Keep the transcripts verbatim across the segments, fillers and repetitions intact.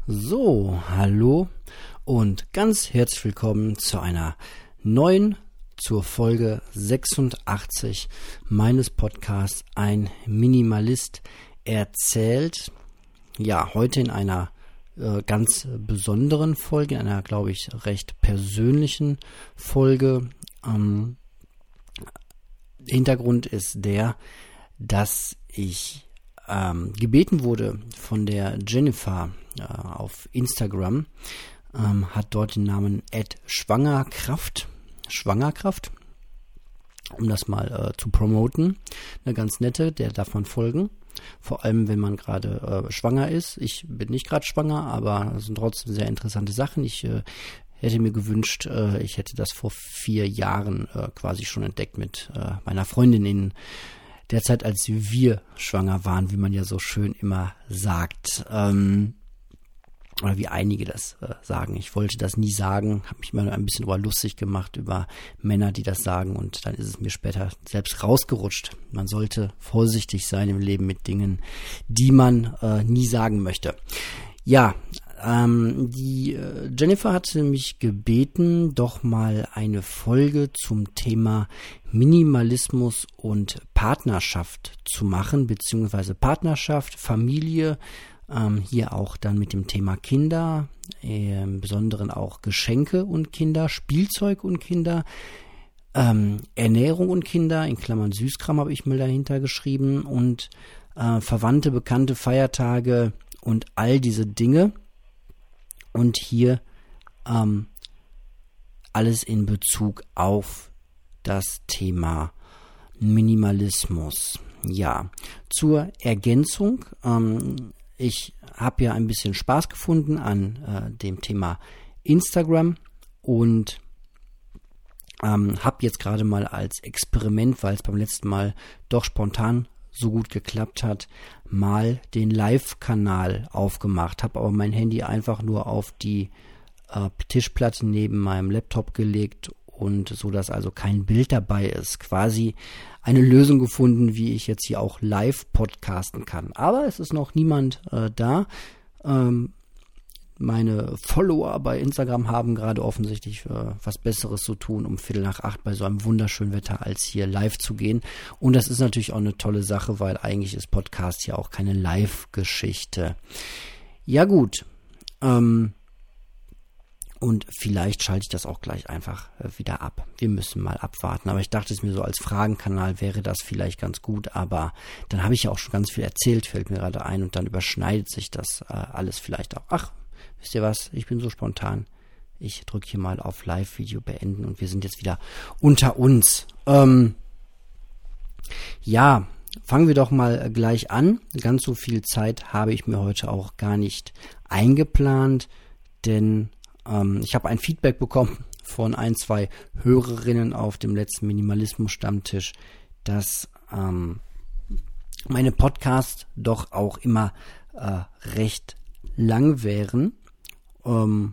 So, hallo und ganz herzlich willkommen zu einer neuen, zur Folge sechsundachtzig meines Podcasts Ein Minimalist erzählt. Ja, heute in einer äh, ganz besonderen Folge, in einer, glaube ich, recht persönlichen Folge. Ähm, Hintergrund ist der, dass ich ähm, gebeten wurde von der Jennifer äh, auf Instagram, ähm, hat dort den Namen at schwangerkraft, Schwangerkraft, um das mal äh, zu promoten. Eine ganz nette, der darf man folgen. Vor allem, wenn man gerade äh, schwanger ist. Ich bin nicht gerade schwanger, aber es sind trotzdem sehr interessante Sachen. Ich äh, hätte mir gewünscht, äh, ich hätte das vor vier Jahren äh, quasi schon entdeckt mit äh, meiner Freundin in der Zeit, als wir schwanger waren, wie man ja so schön immer sagt. Ähm, oder wie einige das äh, sagen. Ich wollte das nie sagen, habe mich immer ein bisschen über lustig gemacht über Männer, die das sagen, und dann ist es mir später selbst rausgerutscht. Man sollte vorsichtig sein im Leben mit Dingen, die man äh, nie sagen möchte. Ja, ähm, die äh, Jennifer hatte mich gebeten, doch mal eine Folge zum Thema Minimalismus und Partnerschaft zu machen, beziehungsweise Partnerschaft, Familie, Ähm, hier auch dann mit dem Thema Kinder, äh, im Besonderen auch Geschenke und Kinder, Spielzeug und Kinder, ähm, Ernährung und Kinder, in Klammern Süßkram habe ich mal dahinter geschrieben, und äh, Verwandte, Bekannte, Feiertage und all diese Dinge. Und hier ähm, alles in Bezug auf das Thema Minimalismus. Ja, zur Ergänzung, ähm, ich habe ja ein bisschen Spaß gefunden an äh, dem Thema Instagram und ähm, habe jetzt gerade mal als Experiment, weil es beim letzten Mal doch spontan so gut geklappt hat, mal den Live-Kanal aufgemacht. Habe aber mein Handy einfach nur auf die äh, Tischplatte neben meinem Laptop gelegt, und so, dass also kein Bild dabei ist. Quasi eine Lösung gefunden, wie ich jetzt hier auch live podcasten kann. Aber es ist noch niemand äh, da. Ähm, meine Follower bei Instagram haben gerade offensichtlich äh, was Besseres zu tun, um Viertel nach acht bei so einem wunderschönen Wetter, als hier live zu gehen. Und das ist natürlich auch eine tolle Sache, weil eigentlich ist Podcast ja auch keine Live-Geschichte. Ja gut, ähm, und vielleicht schalte ich das auch gleich einfach äh, wieder ab. Wir müssen mal abwarten. Aber ich dachte es mir so, als Fragenkanal wäre das vielleicht ganz gut. Aber dann habe ich ja auch schon ganz viel erzählt, fällt mir gerade ein. Und dann überschneidet sich das äh, alles vielleicht auch. Ach, wisst ihr was? Ich bin so spontan. Ich drücke hier mal auf Live-Video beenden und wir sind jetzt wieder unter uns. Ähm, ja, fangen wir doch mal gleich an. Ganz so viel Zeit habe ich mir heute auch gar nicht eingeplant, denn ich habe ein Feedback bekommen von ein, zwei Hörerinnen auf dem letzten Minimalismus-Stammtisch, dass ähm, meine Podcasts doch auch immer äh, recht lang wären. Ähm,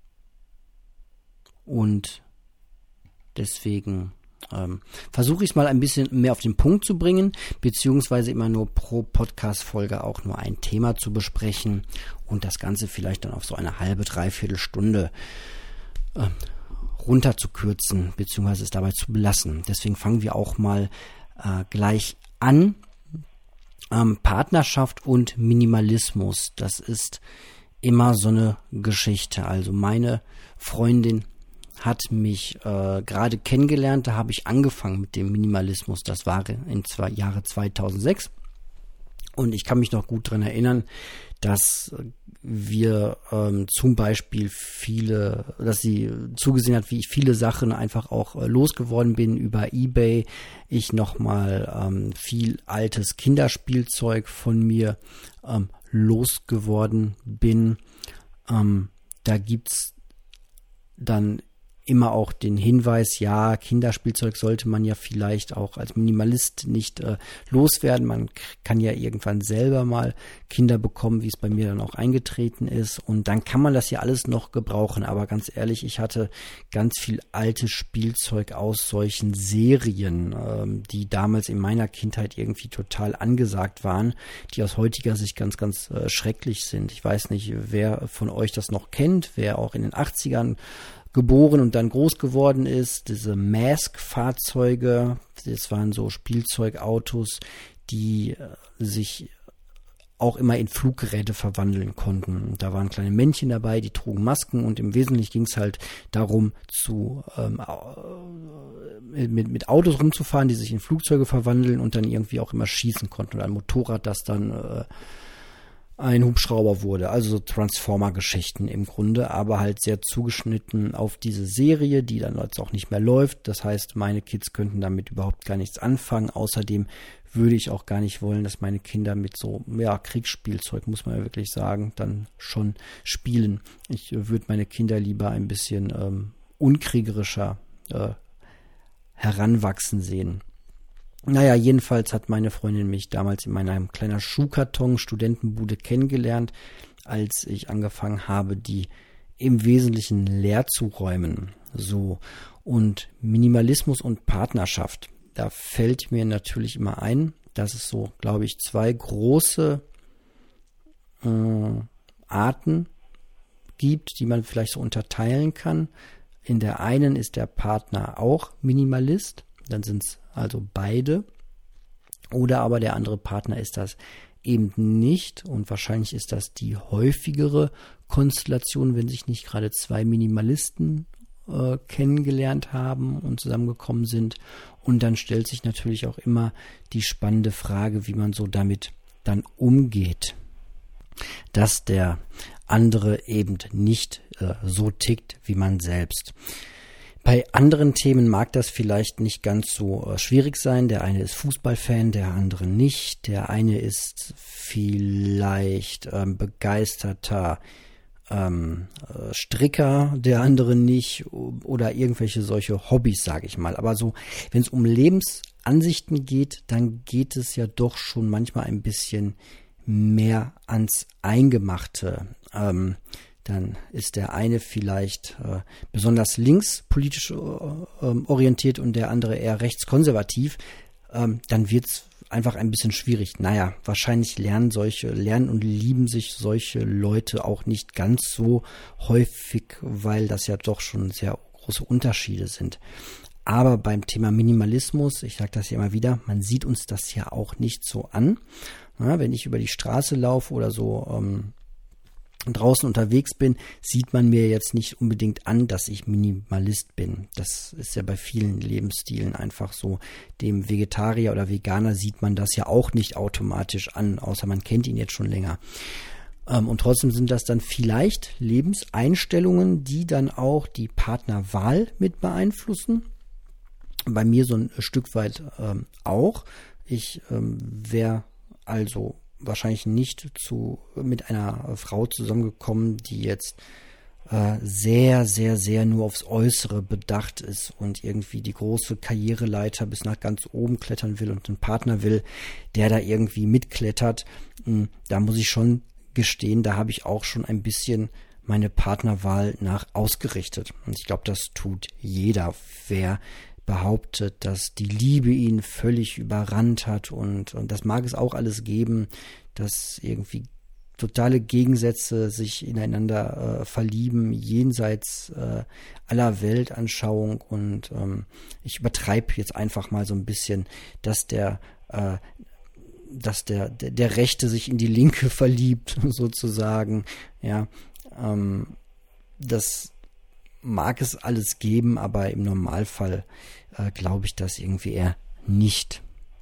und deswegen ähm, versuche ich es mal ein bisschen mehr auf den Punkt zu bringen, beziehungsweise immer nur pro Podcast-Folge auch nur ein Thema zu besprechen und das Ganze vielleicht dann auf so eine halbe, dreiviertel Stunde äh, runterzukürzen, beziehungsweise es dabei zu belassen. Deswegen fangen wir auch mal äh, gleich an. Ähm, Partnerschaft und Minimalismus, das ist immer so eine Geschichte. Also meine Freundin hat mich äh, gerade kennengelernt, da habe ich angefangen mit dem Minimalismus, das war im zwei, Jahre zweitausendsechs, und ich kann mich noch gut daran erinnern, dass wir ähm, zum Beispiel viele, dass sie zugesehen hat, wie ich viele Sachen einfach auch äh, losgeworden bin über eBay, ich nochmal ähm, viel altes Kinderspielzeug von mir ähm, losgeworden bin. Ähm, da gibt's dann immer auch den Hinweis, ja, Kinderspielzeug sollte man ja vielleicht auch als Minimalist nicht äh, loswerden. Man kann ja irgendwann selber mal Kinder bekommen, wie es bei mir dann auch eingetreten ist. Und dann kann man das ja alles noch gebrauchen. Aber ganz ehrlich, ich hatte ganz viel altes Spielzeug aus solchen Serien, ähm, die damals in meiner Kindheit irgendwie total angesagt waren, die aus heutiger Sicht ganz, ganz äh, schrecklich sind. Ich weiß nicht, wer von euch das noch kennt, wer auch in den achtzigern geboren und dann groß geworden ist. Diese Mask-Fahrzeuge, das waren so Spielzeugautos, die äh, sich auch immer in Fluggeräte verwandeln konnten. Da waren kleine Männchen dabei, die trugen Masken und im Wesentlichen ging es halt darum, zu ähm, mit, mit Autos rumzufahren, die sich in Flugzeuge verwandeln und dann irgendwie auch immer schießen konnten. Oder ein Motorrad, das dann äh, ein Hubschrauber wurde. Also so Transformer-Geschichten im Grunde, aber halt sehr zugeschnitten auf diese Serie, die dann jetzt auch nicht mehr läuft. Das heißt, meine Kids könnten damit überhaupt gar nichts anfangen. Außerdem würde ich auch gar nicht wollen, dass meine Kinder mit so, ja, Kriegsspielzeug, muss man ja wirklich sagen, dann schon spielen. Ich würde meine Kinder lieber ein bisschen ähm, unkriegerischer äh, heranwachsen sehen. Naja, jedenfalls hat meine Freundin mich damals in meiner kleinen Schuhkarton Studentenbude kennengelernt, als ich angefangen habe, die im Wesentlichen leer zu räumen. So. Und Minimalismus und Partnerschaft. Da fällt mir natürlich immer ein, dass es so, glaube ich, zwei große äh, Arten gibt, die man vielleicht so unterteilen kann. In der einen ist der Partner auch Minimalist, dann sind es also beide. Oder aber der andere Partner ist das eben nicht und wahrscheinlich ist das die häufigere Konstellation, wenn sich nicht gerade zwei Minimalisten äh, kennengelernt haben und zusammengekommen sind. Und dann stellt sich natürlich auch immer die spannende Frage, wie man so damit dann umgeht, dass der andere eben nicht äh, so tickt wie man selbst. Bei anderen Themen mag das vielleicht nicht ganz so äh, schwierig sein. Der eine ist Fußballfan, der andere nicht. Der eine ist vielleicht ähm, begeisterter ähm, äh, Stricker, der andere nicht. Oder irgendwelche solche Hobbys, sage ich mal. Aber so, wenn es um Lebensansichten geht, dann geht es ja doch schon manchmal ein bisschen mehr ans Eingemachte. Ähm, Dann ist der eine vielleicht äh, besonders linkspolitisch äh, orientiert und der andere eher rechtskonservativ. Ähm, dann wird's einfach ein bisschen schwierig. Naja, wahrscheinlich lernen solche, lernen und lieben sich solche Leute auch nicht ganz so häufig, weil das ja doch schon sehr große Unterschiede sind. Aber beim Thema Minimalismus, ich sage das ja immer wieder, man sieht uns das ja auch nicht so an. Na, wenn ich über die Straße laufe oder so ähm, draußen unterwegs bin, sieht man mir jetzt nicht unbedingt an, dass ich Minimalist bin. Das ist ja bei vielen Lebensstilen einfach so. Dem Vegetarier oder Veganer sieht man das ja auch nicht automatisch an, außer man kennt ihn jetzt schon länger. Ähm, und trotzdem sind das dann vielleicht Lebenseinstellungen, die dann auch die Partnerwahl mit beeinflussen. Bei mir so ein Stück weit ähm, auch. Ich ähm, wäre also wahrscheinlich nicht zu mit einer Frau zusammengekommen, die jetzt äh, sehr, sehr, sehr nur aufs Äußere bedacht ist und irgendwie die große Karriereleiter bis nach ganz oben klettern will und einen Partner will, der da irgendwie mitklettert. Da muss ich schon gestehen, da habe ich auch schon ein bisschen meine Partnerwahl nach ausgerichtet. Und ich glaube, das tut jeder, wer behauptet, dass die Liebe ihn völlig überrannt hat und, und das mag es auch alles geben, dass irgendwie totale Gegensätze sich ineinander äh, verlieben, jenseits äh, aller Weltanschauung und ähm, ich übertreibe jetzt einfach mal so ein bisschen, dass der äh, dass der, der der Rechte sich in die Linke verliebt, sozusagen, ja, ähm, das mag es alles geben, aber im Normalfall äh, glaube ich das irgendwie eher nicht.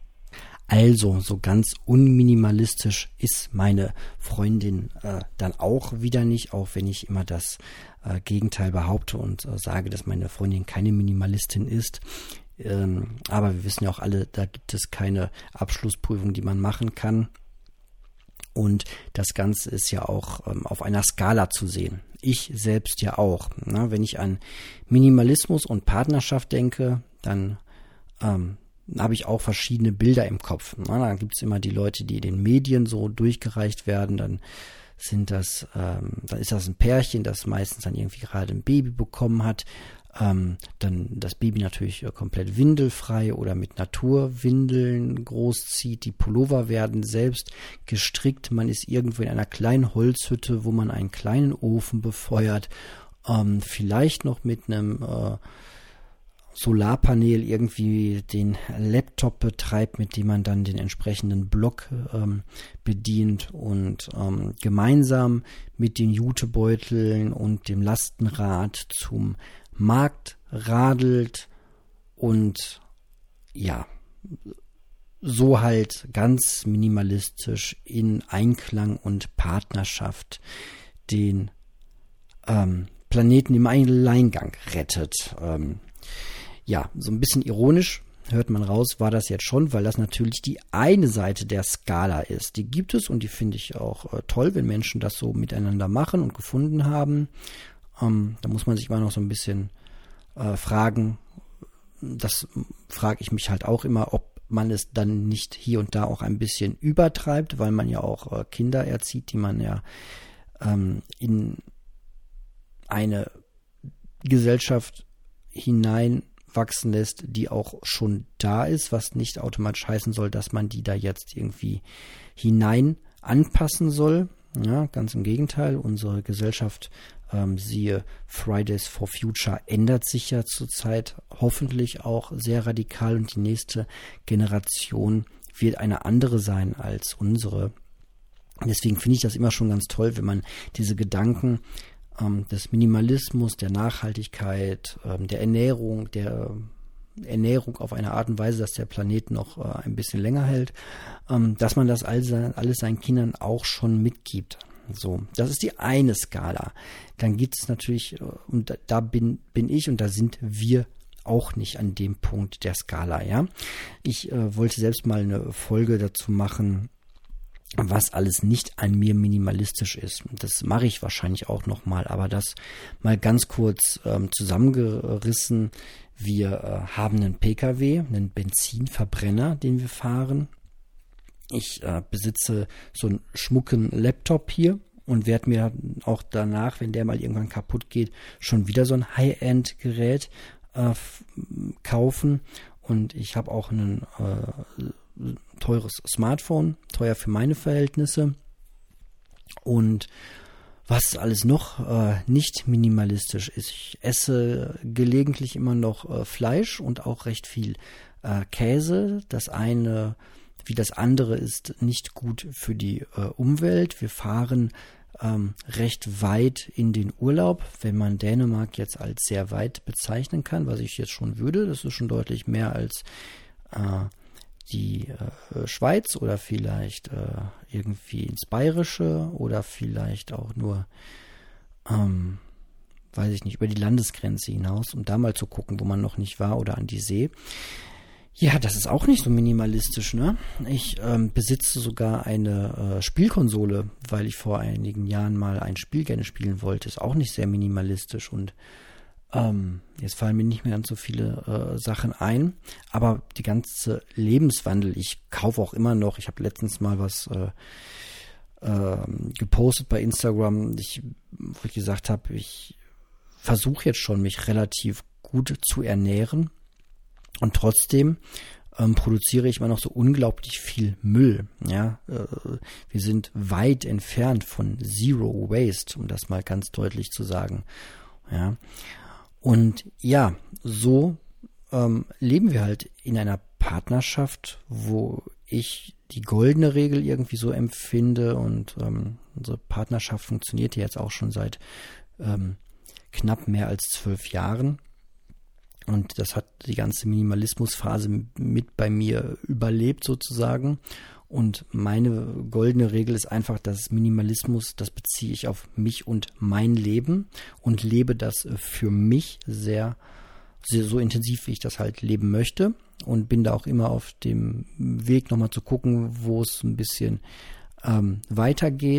Also, so ganz unminimalistisch ist meine Freundin äh, dann auch wieder nicht, auch wenn ich immer das äh, Gegenteil behaupte und äh, sage, dass meine Freundin keine Minimalistin ist. Ähm, aber wir wissen ja auch alle, da gibt es keine Abschlussprüfung, die man machen kann. Und das Ganze ist ja auch ähm, auf einer Skala zu sehen. ich selbst ja auch. Na, wenn ich an Minimalismus und Partnerschaft denke, dann ähm, habe ich auch verschiedene Bilder im Kopf. Na, dann gibt es immer die Leute, die in den Medien so durchgereicht werden, dann sind das, ähm, dann ist das ein Pärchen, das meistens dann irgendwie gerade ein Baby bekommen hat, ähm, dann das Baby natürlich äh, komplett windelfrei oder mit Naturwindeln großzieht, die Pullover werden selbst gestrickt, man ist irgendwo in einer kleinen Holzhütte, wo man einen kleinen Ofen befeuert, ähm, vielleicht noch mit einem äh, Solarpanel irgendwie den Laptop betreibt, mit dem man dann den entsprechenden Block ähm, bedient und ähm, gemeinsam mit den Jutebeuteln und dem Lastenrad zum Markt radelt und ja, so halt ganz minimalistisch in Einklang und Partnerschaft den ähm, Planeten im Alleingang rettet. Ähm, Ja, so ein bisschen ironisch, hört man raus, war das jetzt schon, weil das natürlich die eine Seite der Skala ist. Die gibt es und die finde ich auch äh, toll, wenn Menschen das so miteinander machen und gefunden haben. Ähm, da muss man sich immer noch so ein bisschen äh, fragen, das frage ich mich halt auch immer, ob man es dann nicht hier und da auch ein bisschen übertreibt, weil man ja auch äh, Kinder erzieht, die man ja ähm, in eine Gesellschaft hineinwachsen lässt, die auch schon da ist, was nicht automatisch heißen soll, dass man die da jetzt irgendwie hinein anpassen soll. Ja, ganz im Gegenteil, unsere Gesellschaft, ähm, siehe Fridays for Future, ändert sich ja zurzeit hoffentlich auch sehr radikal und die nächste Generation wird eine andere sein als unsere. Deswegen finde ich das immer schon ganz toll, wenn man diese Gedanken ähm, des Minimalismus, der Nachhaltigkeit, ähm, der Ernährung, der äh, Ernährung auf eine Art und Weise, dass der Planet noch äh, ein bisschen länger hält, ähm, dass man das alles, alles seinen Kindern auch schon mitgibt. So, das ist die eine Skala. Dann gibt es natürlich, äh, und da, da bin, bin ich und da sind wir auch nicht an dem Punkt der Skala, ja. Ich äh, wollte selbst mal eine Folge dazu machen, was alles nicht an mir minimalistisch ist. Das mache ich wahrscheinlich auch nochmal, aber das mal ganz kurz ähm, zusammengerissen. Wir äh, haben einen P K W, einen Benzinverbrenner, den wir fahren. Ich äh, besitze so einen schmucken Laptop hier und werde mir auch danach, wenn der mal irgendwann kaputt geht, schon wieder so ein High-End-Gerät äh, f- kaufen. Und ich habe auch ein äh, teures Smartphone, teuer für meine Verhältnisse. Und was alles noch äh, nicht minimalistisch ist, ich esse gelegentlich immer noch äh, Fleisch und auch recht viel äh, Käse. Das eine wie das andere ist nicht gut für die äh, Umwelt. Wir fahren ähm, recht weit in den Urlaub, wenn man Dänemark jetzt als sehr weit bezeichnen kann, was ich jetzt schon würde. Das ist schon deutlich mehr als äh, die äh, Schweiz oder vielleicht äh, irgendwie ins Bayerische oder vielleicht auch nur, ähm, weiß ich nicht, über die Landesgrenze hinaus, um da mal zu gucken, wo man noch nicht war oder an die See. Ja, das ist auch nicht so minimalistisch, ne? Ich ähm, besitze sogar eine äh, Spielkonsole, weil ich vor einigen Jahren mal ein Spiel gerne spielen wollte. Ist auch nicht sehr minimalistisch und ähm, jetzt fallen mir nicht mehr ganz so viele äh, Sachen ein. Aber die ganze Lebenswandel, ich kaufe auch immer noch, ich habe letztens mal was äh, äh, gepostet bei Instagram, ich, wo ich gesagt habe, ich versuche jetzt schon, mich relativ gut zu ernähren. Und trotzdem ähm, produziere ich immer noch so unglaublich viel Müll. Ja, äh, wir sind weit entfernt von Zero Waste, um das mal ganz deutlich zu sagen. Ja, und ja, so ähm, leben wir halt in einer Partnerschaft, wo ich die goldene Regel irgendwie so empfinde und ähm, unsere Partnerschaft funktioniert ja jetzt auch schon seit ähm, knapp mehr als zwölf Jahren. Und das hat die ganze Minimalismusphase mit bei mir überlebt sozusagen. Und meine goldene Regel ist einfach, dass Minimalismus, das beziehe ich auf mich und mein Leben und lebe das für mich sehr, sehr so intensiv, wie ich das halt leben möchte. Und bin da auch immer auf dem Weg nochmal zu gucken, wo es ein bisschen ähm, weitergeht.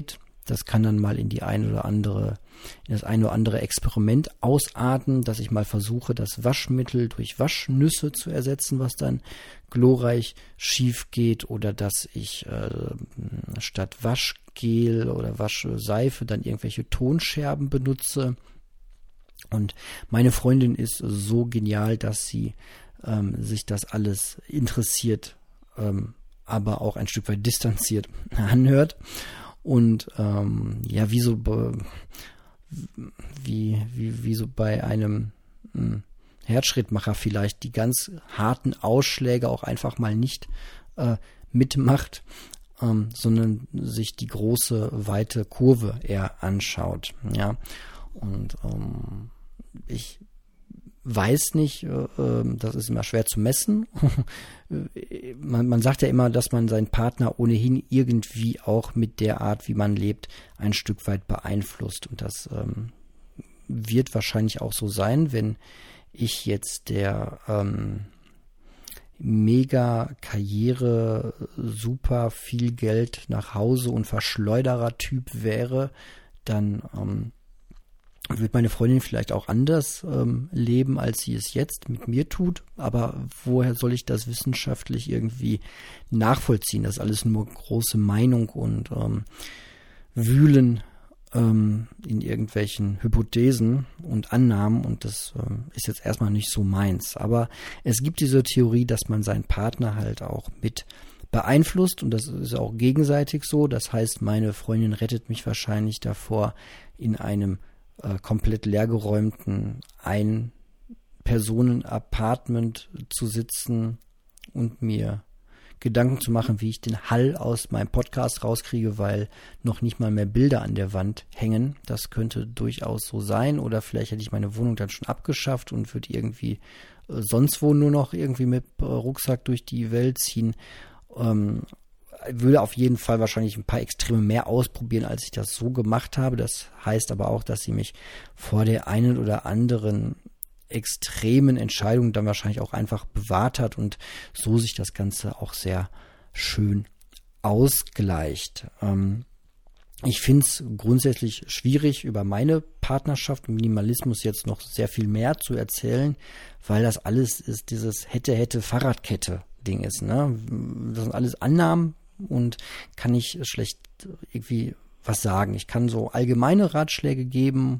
Das kann dann mal in die eine oder andere, in das eine oder andere Experiment ausarten, dass ich mal versuche, das Waschmittel durch Waschnüsse zu ersetzen, was dann glorreich schief geht, oder dass ich äh, statt Waschgel oder Waschseife dann irgendwelche Tonscherben benutze. Und meine Freundin ist so genial, dass sie ähm, sich das alles interessiert, ähm, aber auch ein Stück weit distanziert anhört. Und ähm, ja, wie so be, wie, wie, wie so bei einem mh, Herzschrittmacher vielleicht die ganz harten Ausschläge auch einfach mal nicht äh, mitmacht, ähm, sondern sich die große, weite Kurve eher anschaut. Ja, und ähm, ich weiß nicht, äh, das ist immer schwer zu messen. man, man sagt ja immer, dass man seinen Partner ohnehin irgendwie auch mit der Art, wie man lebt, ein Stück weit beeinflusst. Und das ähm, wird wahrscheinlich auch so sein, wenn ich jetzt der ähm, mega Karriere, super viel Geld nach Hause und Verschleuderer Typ wäre, dann ähm, wird meine Freundin vielleicht auch anders ähm, leben, als sie es jetzt mit mir tut. Aber woher soll ich das wissenschaftlich irgendwie nachvollziehen? Das ist alles nur große Meinung und ähm, Wühlen ähm, in irgendwelchen Hypothesen und Annahmen. Und das ähm, ist jetzt erstmal nicht so meins. Aber es gibt diese Theorie, dass man seinen Partner halt auch mit beeinflusst. Und das ist auch gegenseitig so. Das heißt, meine Freundin rettet mich wahrscheinlich davor, in einem Äh, komplett leergeräumten Ein-Personen-Apartment zu sitzen und mir Gedanken zu machen, wie ich den Hall aus meinem Podcast rauskriege, weil noch nicht mal mehr Bilder an der Wand hängen. Das könnte durchaus so sein, oder vielleicht hätte ich meine Wohnung dann schon abgeschafft und würde irgendwie äh, sonst wo nur noch irgendwie mit äh, Rucksack durch die Welt ziehen. Ähm, würde auf jeden Fall wahrscheinlich ein paar Extreme mehr ausprobieren, als ich das so gemacht habe. Das heißt aber auch, dass sie mich vor der einen oder anderen extremen Entscheidung dann wahrscheinlich auch einfach bewahrt hat und so sich das Ganze auch sehr schön ausgleicht. Ähm, ich finde es grundsätzlich schwierig, über meine Partnerschaft und Minimalismus jetzt noch sehr viel mehr zu erzählen, weil das alles ist dieses hätte, hätte, Fahrradkette Ding ist. Ne? Das sind alles Annahmen und kann ich schlecht irgendwie was sagen. Ich kann so allgemeine Ratschläge geben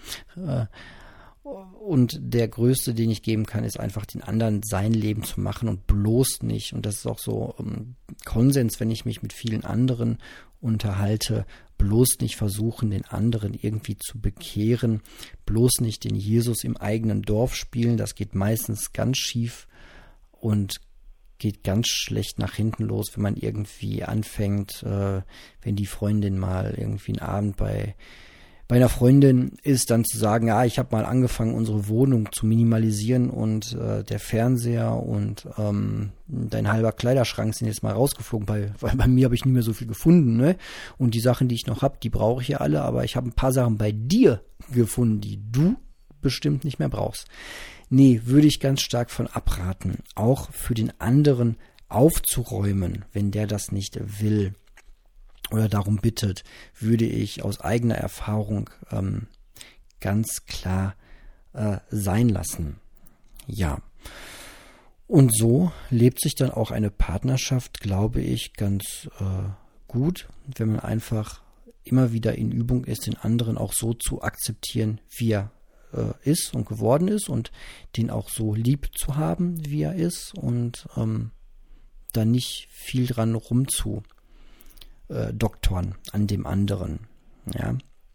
und der größte, den ich geben kann, ist einfach den anderen sein Leben zu machen und bloß nicht. Und das ist auch so um, Konsens, wenn ich mich mit vielen anderen unterhalte, bloß nicht versuchen, den anderen irgendwie zu bekehren, bloß nicht den Jesus im eigenen Dorf spielen. Das geht meistens ganz schief und geht ganz schlecht nach hinten los, wenn man irgendwie anfängt, äh, wenn die Freundin mal irgendwie einen Abend bei bei einer Freundin ist, dann zu sagen, ja, ich habe mal angefangen, unsere Wohnung zu minimalisieren und äh, der Fernseher und ähm, dein halber Kleiderschrank sind jetzt mal rausgeflogen, weil, weil bei mir habe ich nie mehr so viel gefunden, ne? Und die Sachen, die ich noch habe, die brauche ich ja alle, aber ich habe ein paar Sachen bei dir gefunden, die du bestimmt nicht mehr brauchst. Nee, würde ich ganz stark von abraten, auch für den anderen aufzuräumen, wenn der das nicht will oder darum bittet, würde ich aus eigener Erfahrung ähm, ganz klar äh, sein lassen. Ja, und so lebt sich dann auch eine Partnerschaft, glaube ich, ganz äh, gut, wenn man einfach immer wieder in Übung ist, den anderen auch so zu akzeptieren, wie er ist und geworden ist und den auch so lieb zu haben, wie er ist und ähm, da nicht viel dran rumzu äh, doktoren an dem anderen. Ja.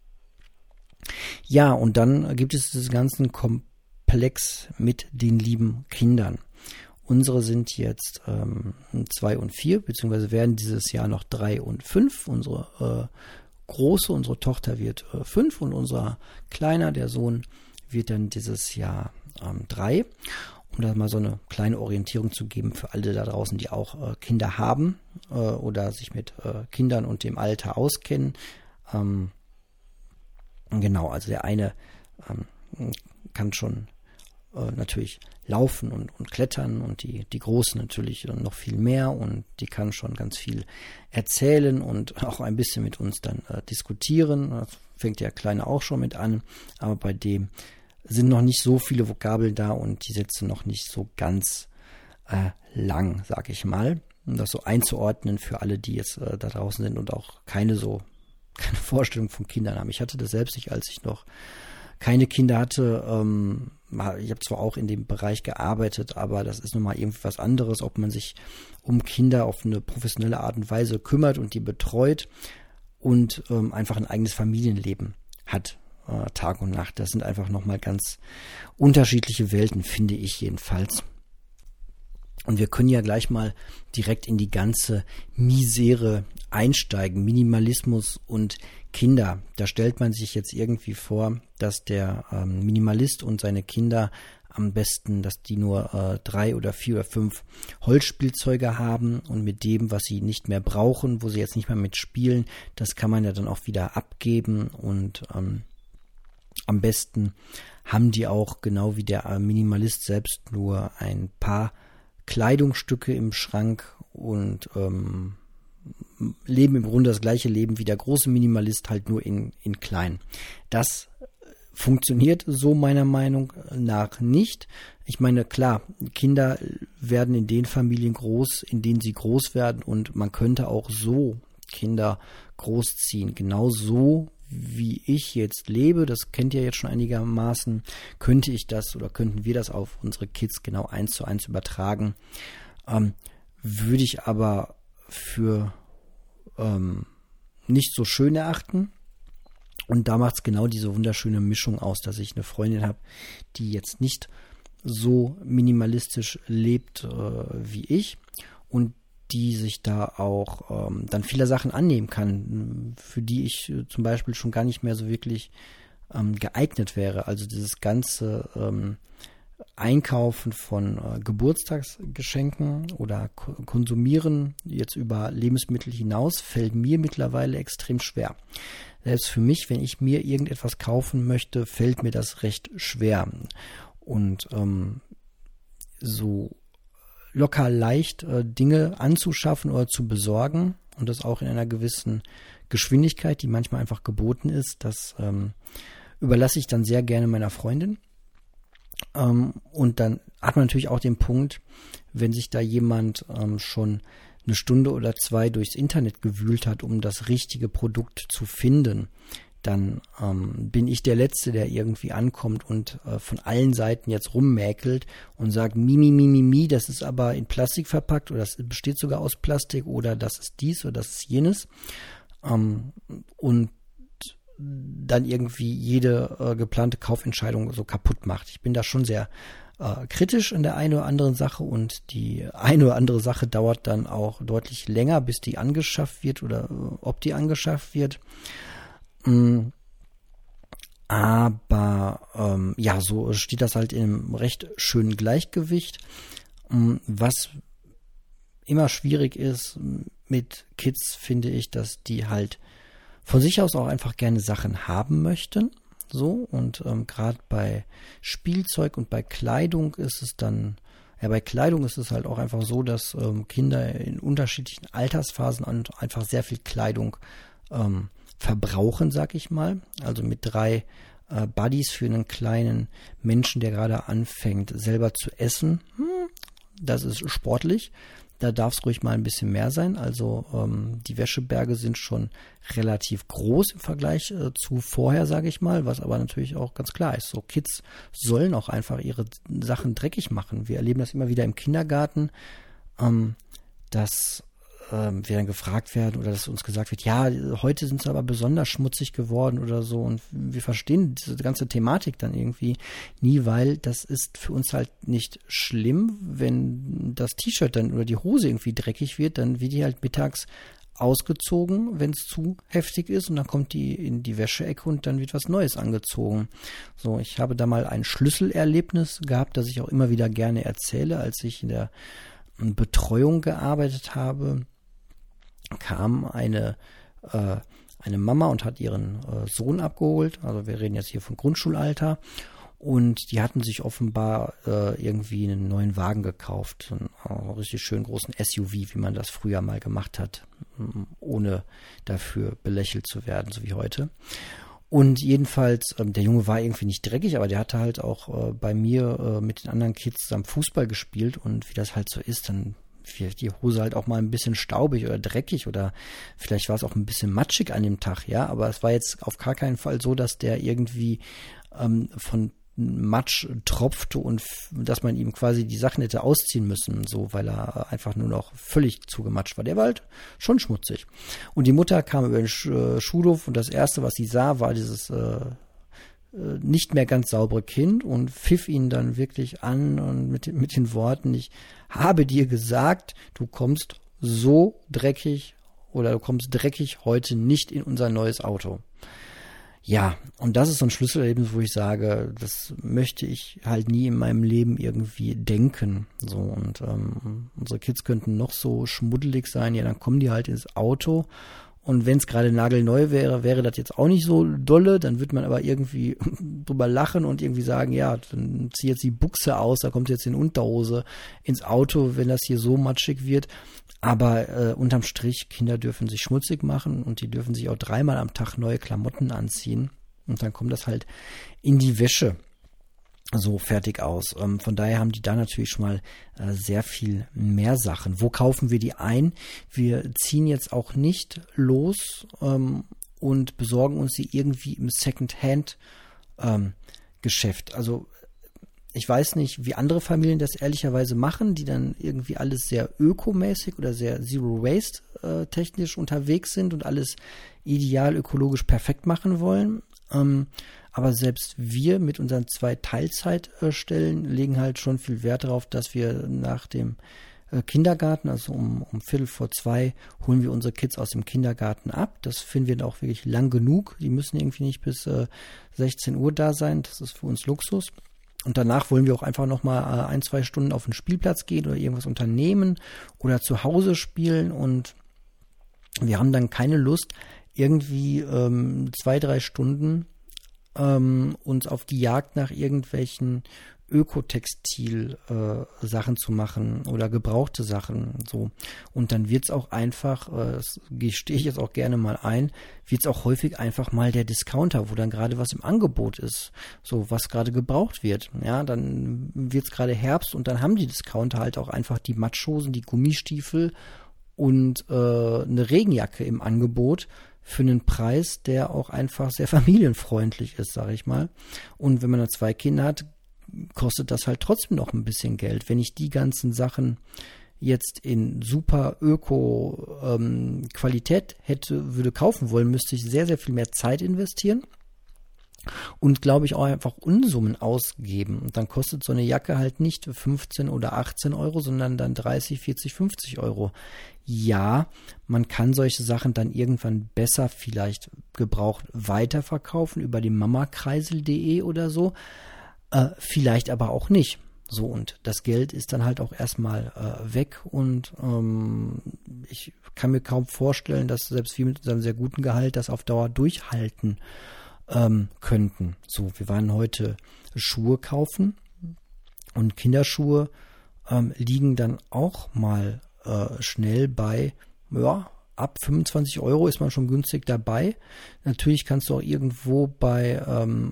Ja, und dann gibt es diesen ganzen Komplex mit den lieben Kindern. Unsere sind jetzt ähm, zwei und vier, beziehungsweise werden dieses Jahr noch drei und fünf. Unsere äh, Große, unsere Tochter wird äh, fünf und unser Kleiner, der Sohn, wird dann dieses Jahr ähm, drei. Um da mal so eine kleine Orientierung zu geben für alle da draußen, die auch äh, Kinder haben äh, oder sich mit äh, Kindern und dem Alter auskennen. Ähm, genau, also der eine ähm, kann schon äh, natürlich laufen und, und klettern und die, die Große natürlich noch viel mehr und die kann schon ganz viel erzählen und auch ein bisschen mit uns dann äh, diskutieren. Das fängt der Kleine auch schon mit an, aber bei dem sind noch nicht so viele Vokabeln da und die Sätze noch nicht so ganz äh, lang, sag ich mal. Um das so einzuordnen für alle, die jetzt äh, da draußen sind und auch keine so keine Vorstellung von Kindern haben. Ich hatte das selbst nicht, als ich noch keine Kinder hatte. Ähm, ich habe zwar auch in dem Bereich gearbeitet, aber das ist nun mal irgendwie was anderes, ob man sich um Kinder auf eine professionelle Art und Weise kümmert und die betreut und ähm, einfach ein eigenes Familienleben hat, äh, Tag und Nacht. Das sind einfach nochmal ganz unterschiedliche Welten, finde ich jedenfalls. Und wir können ja gleich mal direkt in die ganze Misere einsteigen. Minimalismus und Kinder. Da stellt man sich jetzt irgendwie vor, dass der ähm, Minimalist und seine Kinder am besten, dass die nur äh, drei oder vier oder fünf Holzspielzeuge haben und mit dem, was sie nicht mehr brauchen, wo sie jetzt nicht mehr mitspielen, das kann man ja dann auch wieder abgeben und ähm, am besten haben die auch genau wie der äh, Minimalist selbst nur ein paar Kleidungsstücke im Schrank und ähm, leben im Grunde das gleiche Leben wie der große Minimalist, halt nur in, in klein. Das funktioniert so meiner Meinung nach nicht. Ich meine, klar, Kinder werden in den Familien groß, in denen sie groß werden und man könnte auch so Kinder großziehen. Genau so, wie ich jetzt lebe, das kennt ihr jetzt schon einigermaßen, könnte ich das oder könnten wir das auf unsere Kids genau eins zu eins übertragen. Ähm, würde ich aber für ähm, nicht so schön erachten. Und da macht es genau diese wunderschöne Mischung aus, dass ich eine Freundin habe, die jetzt nicht so minimalistisch lebt äh, wie ich und die sich da auch ähm, dann viele Sachen annehmen kann, für die ich äh, zum Beispiel schon gar nicht mehr so wirklich ähm, geeignet wäre. Also dieses ganze ähm, Einkaufen von äh, Geburtstagsgeschenken oder ko- Konsumieren jetzt über Lebensmittel hinaus fällt mir mittlerweile extrem schwer. Selbst für mich, wenn ich mir irgendetwas kaufen möchte, fällt mir das recht schwer. Und ähm, so locker leicht äh, Dinge anzuschaffen oder zu besorgen und das auch in einer gewissen Geschwindigkeit, die manchmal einfach geboten ist, das ähm, überlasse ich dann sehr gerne meiner Freundin. Ähm, und dann hat man natürlich auch den Punkt, wenn sich da jemand ähm, schon eine Stunde oder zwei durchs Internet gewühlt hat, um das richtige Produkt zu finden, dann ähm, bin ich der Letzte, der irgendwie ankommt und äh, von allen Seiten jetzt rummäkelt und sagt, mi, mi, mi, mi, mi, das ist aber in Plastik verpackt oder das besteht sogar aus Plastik oder das ist dies oder das ist jenes. Ähm, und dann irgendwie jede äh, geplante Kaufentscheidung so kaputt macht. Ich bin da schon sehr äh, kritisch in der einen oder anderen Sache und die eine oder andere Sache dauert dann auch deutlich länger, bis die angeschafft wird oder äh, ob die angeschafft wird. Mm, aber ähm, ja, so steht das halt in einem recht schönen Gleichgewicht. Mm, was immer schwierig ist mit Kids, finde ich, dass die halt von sich aus auch einfach gerne Sachen haben möchten. So, und ähm, gerade bei Spielzeug und bei Kleidung ist es dann, ja, bei Kleidung ist es halt auch einfach so, dass ähm, Kinder in unterschiedlichen Altersphasen einfach sehr viel Kleidung ähm, verbrauchen, sag ich mal. Also mit drei äh, Buddies für einen kleinen Menschen, der gerade anfängt, selber zu essen, hm, das ist sportlich. Da darf es ruhig mal ein bisschen mehr sein. Also ähm, die Wäscheberge sind schon relativ groß im Vergleich äh, zu vorher, sage ich mal, was aber natürlich auch ganz klar ist. So Kids sollen auch einfach ihre Sachen dreckig machen. Wir erleben das immer wieder im Kindergarten, ähm, dass ähm, wir dann gefragt werden oder dass uns gesagt wird, ja, heute sind sie aber besonders schmutzig geworden oder so. Und wir verstehen diese ganze Thematik dann irgendwie nie, weil das ist für uns halt nicht schlimm, wenn das T-Shirt dann oder die Hose irgendwie dreckig wird, dann wird die halt mittags ausgezogen, wenn es zu heftig ist und dann kommt die in die Wäscheecke und dann wird was Neues angezogen. So, ich habe da mal ein Schlüsselerlebnis gehabt, das ich auch immer wieder gerne erzähle, als ich in der Betreuung gearbeitet habe, kam eine äh, eine Mama und hat ihren äh, Sohn abgeholt. Also wir reden jetzt hier von Grundschulalter. Und die hatten sich offenbar äh, irgendwie einen neuen Wagen gekauft. Einen äh, richtig schön großen S U V, wie man das früher mal gemacht hat, ohne dafür belächelt zu werden, so wie heute. Und jedenfalls, ähm, der Junge war irgendwie nicht dreckig, aber der hatte halt auch äh, bei mir äh, mit den anderen Kids zusammen Fußball gespielt. Und wie das halt so ist, dann wird die Hose halt auch mal ein bisschen staubig oder dreckig oder vielleicht war es auch ein bisschen matschig an dem Tag, ja. Aber es war jetzt auf gar keinen Fall so, dass der irgendwie ähm, von Matsch tropfte und f- dass man ihm quasi die Sachen hätte ausziehen müssen, so, weil er einfach nur noch völlig zugematscht war. Der war halt schon schmutzig. Und die Mutter kam über den Sch- äh, Schulhof und das Erste, was sie sah, war dieses äh, äh, nicht mehr ganz saubere Kind und pfiff ihn dann wirklich an und mit, mit den Worten, ich habe dir gesagt, du kommst so dreckig oder du kommst dreckig heute nicht in unser neues Auto. Ja, und das ist so ein Schlüsselerlebnis, wo ich sage, das möchte ich halt nie in meinem Leben irgendwie denken. So, und ähm, unsere Kids könnten noch so schmuddelig sein, ja, dann kommen die halt ins Auto. Und wenn es gerade nagelneu wäre, wäre das jetzt auch nicht so dolle. Dann wird man aber irgendwie drüber lachen und irgendwie sagen, ja, dann zieh jetzt die Buchse aus, da kommt jetzt in Unterhose ins Auto, wenn das hier so matschig wird. Aber äh, unterm Strich, Kinder dürfen sich schmutzig machen und die dürfen sich auch dreimal am Tag neue Klamotten anziehen. Und dann kommt das halt in die Wäsche so fertig aus. Ähm, von daher haben die da natürlich schon mal äh, sehr viel mehr Sachen. Wo kaufen wir die ein? Wir ziehen jetzt auch nicht los ähm, und besorgen uns sie irgendwie im Second-Hand-Geschäft. Ähm, also ich weiß nicht, wie andere Familien das ehrlicherweise machen, die dann irgendwie alles sehr ökomäßig oder sehr Zero-Waste-technisch unterwegs sind und alles ideal ökologisch perfekt machen wollen. Ähm, aber selbst wir mit unseren zwei Teilzeitstellen legen halt schon viel Wert darauf, dass wir nach dem äh, Kindergarten, also um, um Viertel vor zwei, holen wir unsere Kids aus dem Kindergarten ab. Das finden wir dann auch wirklich lang genug. Die müssen irgendwie nicht bis äh, sechzehn Uhr da sein. Das ist für uns Luxus. Und danach wollen wir auch einfach nochmal äh, ein, zwei Stunden auf den Spielplatz gehen oder irgendwas unternehmen oder zu Hause spielen. Und wir haben dann keine Lust, irgendwie ähm, zwei, drei Stunden ähm, uns auf die Jagd nach irgendwelchen Ökotextil-Sachen äh, zu machen oder gebrauchte Sachen. So. Und dann wird's auch einfach, äh, das gestehe ich jetzt auch gerne mal ein, wird's auch häufig einfach mal der Discounter, wo dann gerade was im Angebot ist, so was gerade gebraucht wird. Ja, dann wird's gerade Herbst und dann haben die Discounter halt auch einfach die Matschhosen, die Gummistiefel und äh, eine Regenjacke im Angebot für einen Preis, der auch einfach sehr familienfreundlich ist, sage ich mal. Und wenn man dann zwei Kinder hat, kostet das halt trotzdem noch ein bisschen Geld. Wenn ich die ganzen Sachen jetzt in super Öko-Qualität ähm, hätte, würde kaufen wollen, müsste ich sehr, sehr viel mehr Zeit investieren und, glaube ich, auch einfach Unsummen ausgeben. Und dann kostet so eine Jacke halt nicht fünfzehn oder achtzehn Euro, sondern dann dreißig, vierzig, fünfzig Euro. Ja, man kann solche Sachen dann irgendwann besser vielleicht gebraucht weiterverkaufen über die mamakreisel punkt de oder so. Äh, vielleicht aber auch nicht. So, und das Geld ist dann halt auch erstmal äh, weg und ähm, ich kann mir kaum vorstellen, dass selbst wir mit unserem sehr guten Gehalt das auf Dauer durchhalten ähm, könnten. So, wir waren heute Schuhe kaufen und Kinderschuhe ähm, liegen dann auch mal äh, schnell bei, ja, ab fünfundzwanzig Euro ist man schon günstig dabei. Natürlich kannst du auch irgendwo bei ähm,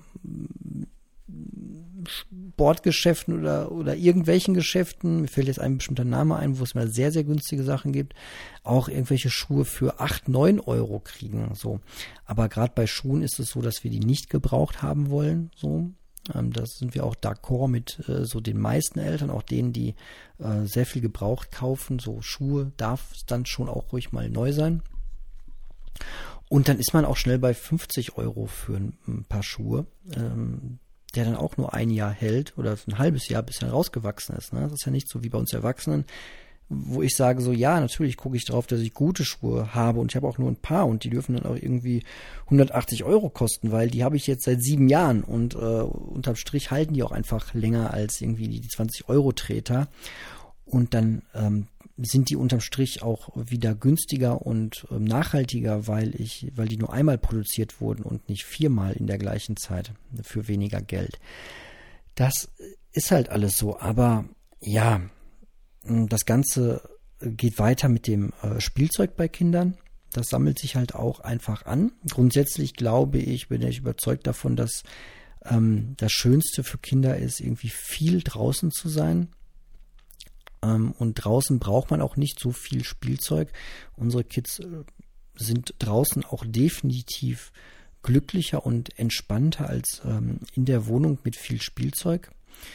Sportgeschäften oder, oder irgendwelchen Geschäften, mir fällt jetzt ein bestimmter Name ein, wo es mal sehr, sehr günstige Sachen gibt, auch irgendwelche Schuhe für acht, neun Euro kriegen. So. Aber gerade bei Schuhen ist es so, dass wir die nicht gebraucht haben wollen. So. Ähm, da sind wir auch d'accord mit äh, so den meisten Eltern, auch denen, die äh, sehr viel gebraucht kaufen. So Schuhe darf es dann schon auch ruhig mal neu sein. Und dann ist man auch schnell bei fünfzig Euro für ein, ein paar Schuhe. Ähm, der dann auch nur ein Jahr hält oder ein halbes Jahr, bis er rausgewachsen ist. Ne? Das ist ja nicht so wie bei uns Erwachsenen, wo ich sage so, ja, natürlich gucke ich drauf, dass ich gute Schuhe habe und ich habe auch nur ein paar und die dürfen dann auch irgendwie hundertachtzig Euro kosten, weil die habe ich jetzt seit sieben Jahren und äh, unterm Strich halten die auch einfach länger als irgendwie die zwanzig Euro Treter und dann ähm, sind die unterm Strich auch wieder günstiger und ähm, nachhaltiger, weil ich, weil die nur einmal produziert wurden und nicht viermal in der gleichen Zeit für weniger Geld. Das ist halt alles so, aber ja, das Ganze geht weiter mit dem äh, Spielzeug bei Kindern. Das sammelt sich halt auch einfach an. Grundsätzlich glaube ich, bin ich überzeugt davon, dass ähm, das Schönste für Kinder ist, irgendwie viel draußen zu sein. Ähm, und draußen braucht man auch nicht so viel Spielzeug. Unsere Kids äh, sind draußen auch definitiv glücklicher und entspannter als ähm, in der Wohnung mit viel Spielzeug.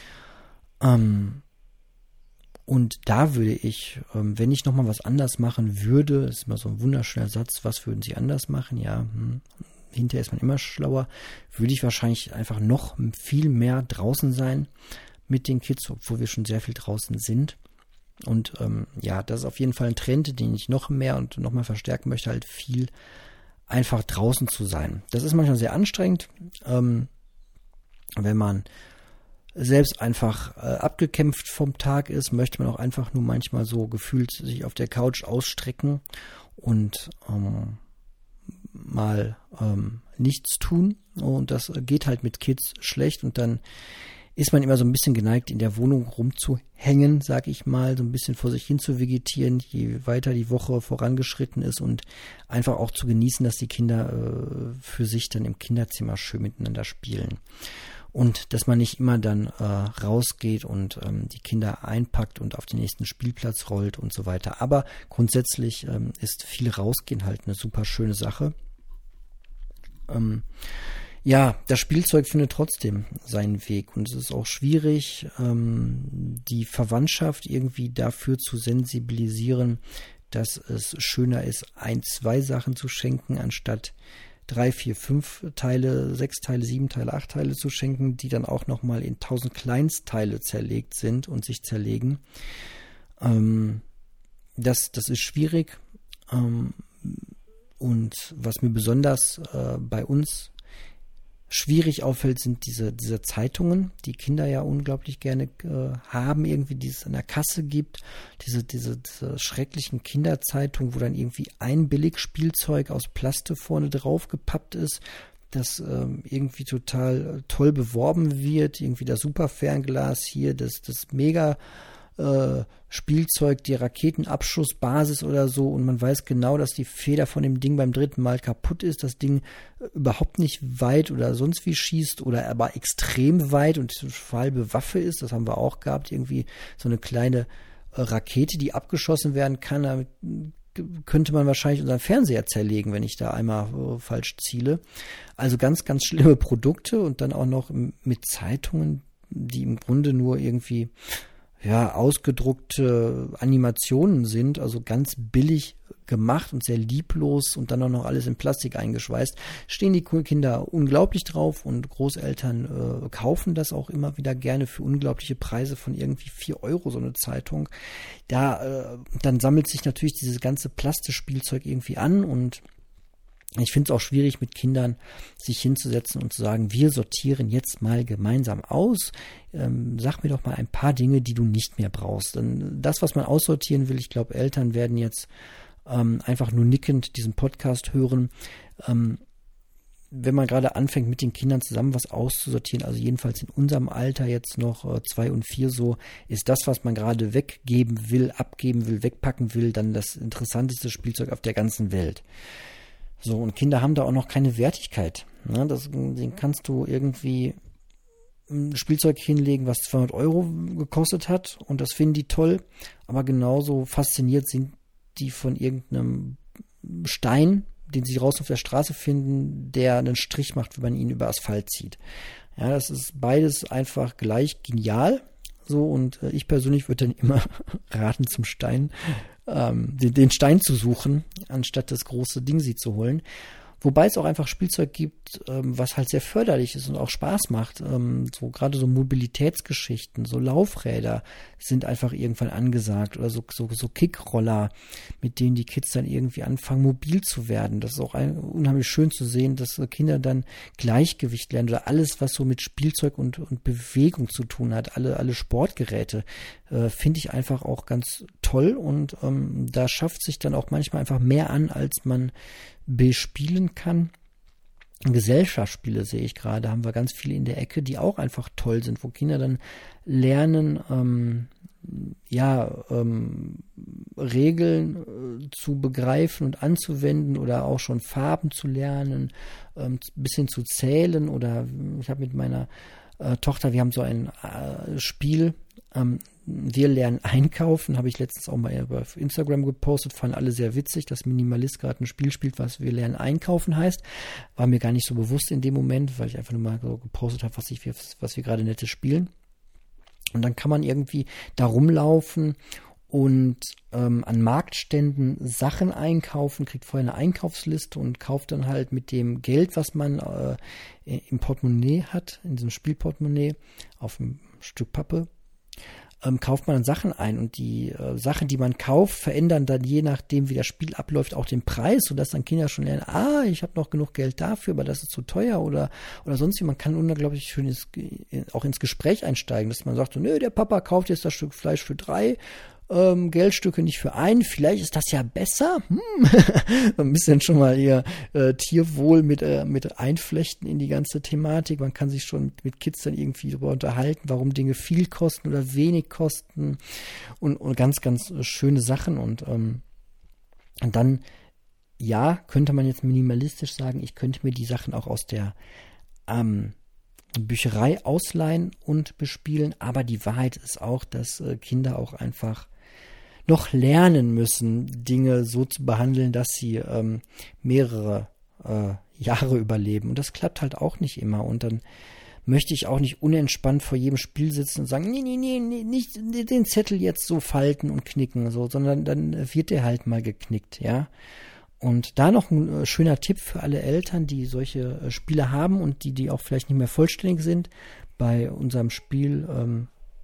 Ähm, Und da würde ich, wenn ich nochmal was anders machen würde, das ist immer so ein wunderschöner Satz, was würden Sie anders machen? Ja, hm, hinterher ist man immer schlauer, würde ich wahrscheinlich einfach noch viel mehr draußen sein mit den Kids, obwohl wir schon sehr viel draußen sind. Und ähm, ja, das ist auf jeden Fall ein Trend, den ich noch mehr und noch mal verstärken möchte, halt viel einfach draußen zu sein. Das ist manchmal sehr anstrengend, ähm, wenn man selbst einfach äh, abgekämpft vom Tag ist, möchte man auch einfach nur manchmal so gefühlt sich auf der Couch ausstrecken und ähm, mal ähm, nichts tun. Und das geht halt mit Kids schlecht und dann ist man immer so ein bisschen geneigt, in der Wohnung rumzuhängen, sag ich mal, so ein bisschen vor sich hin zu vegetieren, je weiter die Woche vorangeschritten ist und einfach auch zu genießen, dass die Kinder äh, für sich dann im Kinderzimmer schön miteinander spielen. Und dass man nicht immer dann äh, rausgeht und ähm, die Kinder einpackt und auf den nächsten Spielplatz rollt und so weiter. Aber grundsätzlich ähm, ist viel rausgehen halt eine super schöne Sache. Ähm, ja, das Spielzeug findet trotzdem seinen Weg und es ist auch schwierig, ähm, die Verwandtschaft irgendwie dafür zu sensibilisieren, dass es schöner ist, ein, zwei Sachen zu schenken, anstatt drei, vier, fünf Teile, sechs Teile, sieben Teile, acht Teile zu schenken, die dann auch nochmal in tausend Kleinstteile zerlegt sind und sich zerlegen. Ähm, das, das ist schwierig. Ähm, und was mir besonders äh, bei uns schwierig auffällt, sind diese, diese Zeitungen, die Kinder ja unglaublich gerne äh, haben, irgendwie, die es an der Kasse gibt. Diese, diese, diese schrecklichen Kinderzeitungen, wo dann irgendwie ein Billigspielzeug aus Plaste vorne drauf gepappt ist, das ähm, irgendwie total toll beworben wird. Irgendwie das Superfernglas hier, das, das mega äh, Spielzeug, die Raketenabschussbasis oder so, und man weiß genau, dass die Feder von dem Ding beim dritten Mal kaputt ist, das Ding überhaupt nicht weit oder sonst wie schießt oder aber extrem weit und eine halbe Waffe ist, das haben wir auch gehabt, irgendwie so eine kleine äh, Rakete, die abgeschossen werden kann, damit könnte man wahrscheinlich unseren Fernseher zerlegen, wenn ich da einmal äh, falsch ziele. Also ganz, ganz schlimme Produkte und dann auch noch mit Zeitungen, die im Grunde nur irgendwie ja, ausgedruckte Animationen sind, also ganz billig gemacht und sehr lieblos und dann auch noch alles in Plastik eingeschweißt, stehen die Kinder unglaublich drauf und Großeltern äh, kaufen das auch immer wieder gerne für unglaubliche Preise von irgendwie vier Euro, so eine Zeitung. Da, äh, dann sammelt sich natürlich dieses ganze Plastikspielzeug irgendwie an und ich finde es auch schwierig, mit Kindern sich hinzusetzen und zu sagen, wir sortieren jetzt mal gemeinsam aus. Ähm, sag mir doch mal ein paar Dinge, die du nicht mehr brauchst. Denn das, was man aussortieren will, ich glaube, Eltern werden jetzt ähm, einfach nur nickend diesen Podcast hören. Ähm, wenn man gerade anfängt, mit den Kindern zusammen was auszusortieren, also jedenfalls in unserem Alter jetzt noch äh, zwei und vier so, ist das, was man gerade weggeben will, abgeben will, wegpacken will, dann das interessanteste Spielzeug auf der ganzen Welt. So, und Kinder haben da auch noch keine Wertigkeit. Ne? Das, den kannst du irgendwie ein Spielzeug hinlegen, was zweihundert Euro gekostet hat und das finden die toll, aber genauso fasziniert sind die von irgendeinem Stein, den sie draußen auf der Straße finden, der einen Strich macht, wenn man ihn über Asphalt zieht. Ja, das ist beides einfach gleich genial. So, und äh, ich persönlich würde dann immer raten, zum Stein, ähm, den, den Stein zu suchen, anstatt das große Ding sie zu holen. Wobei es auch einfach Spielzeug gibt, ähm, was halt sehr förderlich ist und auch Spaß macht. Ähm, so gerade so Mobilitätsgeschichten, so Laufräder sind einfach irgendwann angesagt oder so, so, so Kickroller, mit denen die Kids dann irgendwie anfangen, mobil zu werden. Das ist auch ein, unheimlich schön zu sehen, dass Kinder dann Gleichgewicht lernen oder alles, was so mit Spielzeug und, und Bewegung zu tun hat, alle, alle Sportgeräte, äh, finde ich einfach auch ganz toll und ähm, da schafft sich dann auch manchmal einfach mehr an, als man bespielen kann. Gesellschaftsspiele sehe ich gerade, haben wir ganz viele in der Ecke, die auch einfach toll sind, wo Kinder dann lernen, ähm, ja, ähm, Regeln äh, zu begreifen und anzuwenden oder auch schon Farben zu lernen, ähm, ein bisschen zu zählen. Oder ich habe mit meiner äh, Tochter, wir haben so ein äh, Spiel, ähm, wir lernen einkaufen, habe ich letztens auch mal auf Instagram gepostet, fanden alle sehr witzig, dass Minimalist gerade ein Spiel spielt, was wir lernen einkaufen heißt. War mir gar nicht so bewusst in dem Moment, weil ich einfach nur mal so gepostet habe, was, ich, was wir gerade Nettes spielen. Und dann kann man irgendwie da rumlaufen und ähm, an Marktständen Sachen einkaufen, kriegt vorher eine Einkaufsliste und kauft dann halt mit dem Geld, was man äh, im Portemonnaie hat, in diesem Spielportemonnaie, auf einem Stück Pappe, ähm, kauft man dann Sachen ein. Und die äh, Sachen, die man kauft, verändern dann je nachdem, wie das Spiel abläuft, auch den Preis, sodass dann Kinder schon lernen, ah, ich habe noch genug Geld dafür, aber das ist zu teuer oder oder sonst wie. Man kann unglaublich schön ins, auch ins Gespräch einsteigen, dass man sagt, so, nö, der Papa kauft jetzt das Stück Fleisch für drei Ähm, Geldstücke nicht für einen, vielleicht ist das ja besser. Hm. Ein bisschen schon mal ihr äh, Tierwohl mit, äh, mit einflechten in die ganze Thematik. Man kann sich schon mit, mit Kids dann irgendwie darüber unterhalten, warum Dinge viel kosten oder wenig kosten und, und ganz, ganz schöne Sachen. Und, ähm, und dann, ja, könnte man jetzt minimalistisch sagen, ich könnte mir die Sachen auch aus der ähm, Bücherei ausleihen und bespielen, aber die Wahrheit ist auch, dass äh, Kinder auch einfach noch lernen müssen, Dinge so zu behandeln, dass sie ähm, mehrere äh, Jahre überleben. Und das klappt halt auch nicht immer. Und dann möchte ich auch nicht unentspannt vor jedem Spiel sitzen und sagen, nee, nee, nee, nee, nicht den Zettel jetzt so falten und knicken, so, sondern dann wird der halt mal geknickt, ja. Und da noch ein äh, schöner Tipp für alle Eltern, die solche äh, Spiele haben und die, die auch vielleicht nicht mehr vollständig sind. Bei unserem Spiel ähm,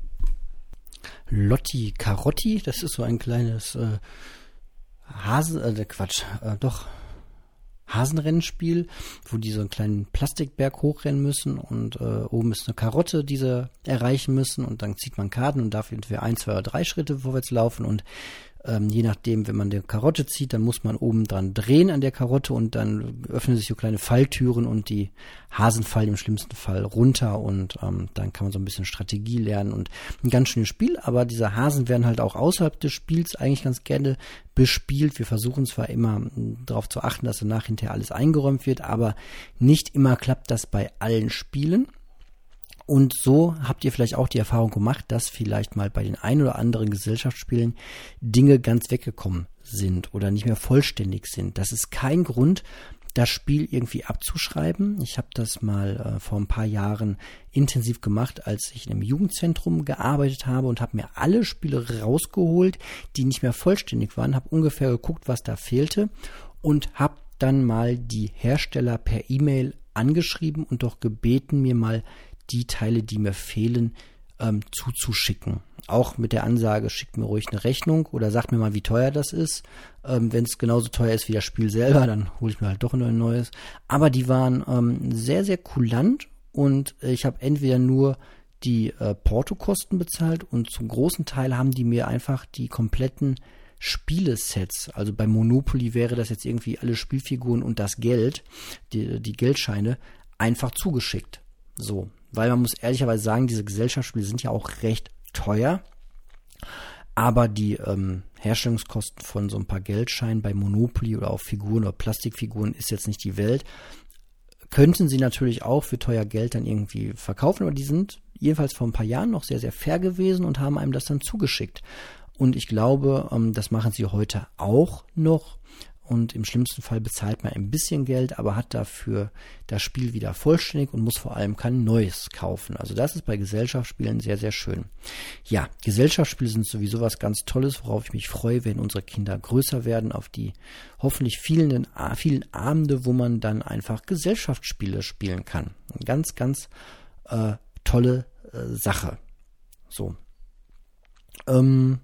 Lotti Carotti, das ist so ein kleines äh, Hasen, äh, Quatsch, äh, doch, Hasenrennspiel, wo die so einen kleinen Plastikberg hochrennen müssen und äh, oben ist eine Karotte, die sie erreichen müssen und dann zieht man Karten und darf entweder ein, zwei oder drei Schritte vorwärts laufen und Ähm, je nachdem, wenn man die Karotte zieht, dann muss man oben dran drehen an der Karotte und dann öffnen sich so kleine Falltüren und die Hasen fallen im schlimmsten Fall runter und ähm, dann kann man so ein bisschen Strategie lernen und ein ganz schönes Spiel, aber diese Hasen werden halt auch außerhalb des Spiels eigentlich ganz gerne bespielt. Wir versuchen zwar immer darauf zu achten, dass danach hinterher alles eingeräumt wird, aber nicht immer klappt das bei allen Spielen. Und so habt ihr vielleicht auch die Erfahrung gemacht, dass vielleicht mal bei den ein oder anderen Gesellschaftsspielen Dinge ganz weggekommen sind oder nicht mehr vollständig sind. Das ist kein Grund, das Spiel irgendwie abzuschreiben. Ich habe das mal äh, vor ein paar Jahren intensiv gemacht, als ich in einem Jugendzentrum gearbeitet habe und habe mir alle Spiele rausgeholt, die nicht mehr vollständig waren, habe ungefähr geguckt, was da fehlte und habe dann mal die Hersteller per E-Mail angeschrieben und doch gebeten, mir mal die Teile, die mir fehlen, ähm, zuzuschicken. Auch mit der Ansage, schickt mir ruhig eine Rechnung oder sagt mir mal, wie teuer das ist. Ähm, wenn es genauso teuer ist wie das Spiel selber, dann hole ich mir halt doch ein neues. Aber die waren ähm, sehr, sehr kulant und äh, ich habe entweder nur die äh, Portokosten bezahlt und zum großen Teil haben die mir einfach die kompletten Spielesets, also bei Monopoly wäre das jetzt irgendwie alle Spielfiguren und das Geld, die, die Geldscheine, einfach zugeschickt. So, weil man muss ehrlicherweise sagen, diese Gesellschaftsspiele sind ja auch recht teuer, aber die ähm, Herstellungskosten von so ein paar Geldscheinen bei Monopoly oder auch Figuren oder Plastikfiguren ist jetzt nicht die Welt. Könnten sie natürlich auch für teuer Geld dann irgendwie verkaufen, aber die sind jedenfalls vor ein paar Jahren noch sehr, sehr fair gewesen und haben einem das dann zugeschickt. Und ich glaube, ähm, das machen sie heute auch noch. Und im schlimmsten Fall bezahlt man ein bisschen Geld, aber hat dafür das Spiel wieder vollständig und muss vor allem kein neues kaufen. Also das ist bei Gesellschaftsspielen sehr, sehr schön. Ja, Gesellschaftsspiele sind sowieso was ganz Tolles, worauf ich mich freue, wenn unsere Kinder größer werden, auf die hoffentlich vielen, vielen Abende, wo man dann einfach Gesellschaftsspiele spielen kann. Eine ganz, ganz äh, tolle äh, Sache. So. Ähm,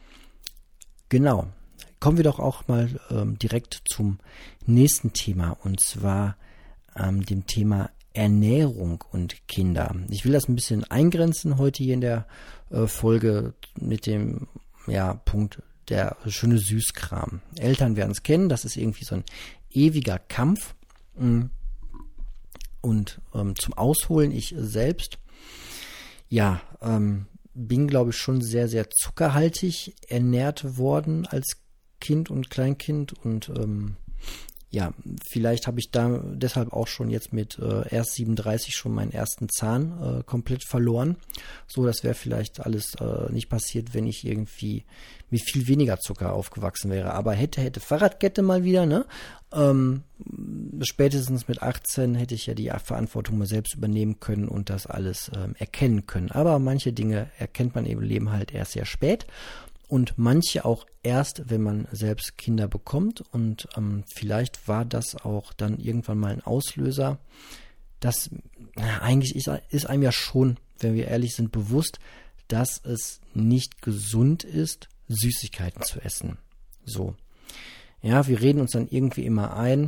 genau. Kommen wir doch auch mal ähm, direkt zum nächsten Thema und zwar ähm, dem Thema Ernährung und Kinder. Ich will das ein bisschen eingrenzen heute hier in der äh, Folge mit dem ja, Punkt der schöne Süßkram. Eltern werden es kennen, das ist irgendwie so ein ewiger Kampf. Und ähm, zum Ausholen, ich selbst, ja, ähm, bin, glaube ich, schon sehr, sehr zuckerhaltig ernährt worden als Kind und Kleinkind und ähm, ja, vielleicht habe ich da deshalb auch schon jetzt mit äh, erst siebenunddreißig schon meinen ersten Zahn äh, komplett verloren. So, das wäre vielleicht alles äh, nicht passiert, wenn ich irgendwie mit viel weniger Zucker aufgewachsen wäre. Aber hätte, hätte Fahrradkette mal wieder, ne? Ähm, spätestens mit achtzehn hätte ich ja die Verantwortung mal selbst übernehmen können und das alles ähm, erkennen können. Aber manche Dinge erkennt man im Leben halt erst sehr spät. Und manche auch erst, wenn man selbst Kinder bekommt. Und ähm, vielleicht war das auch dann irgendwann mal ein Auslöser. Das na, eigentlich ist, ist einem ja schon, wenn wir ehrlich sind, bewusst, dass es nicht gesund ist, Süßigkeiten zu essen. So. Ja, wir reden uns dann irgendwie immer ein,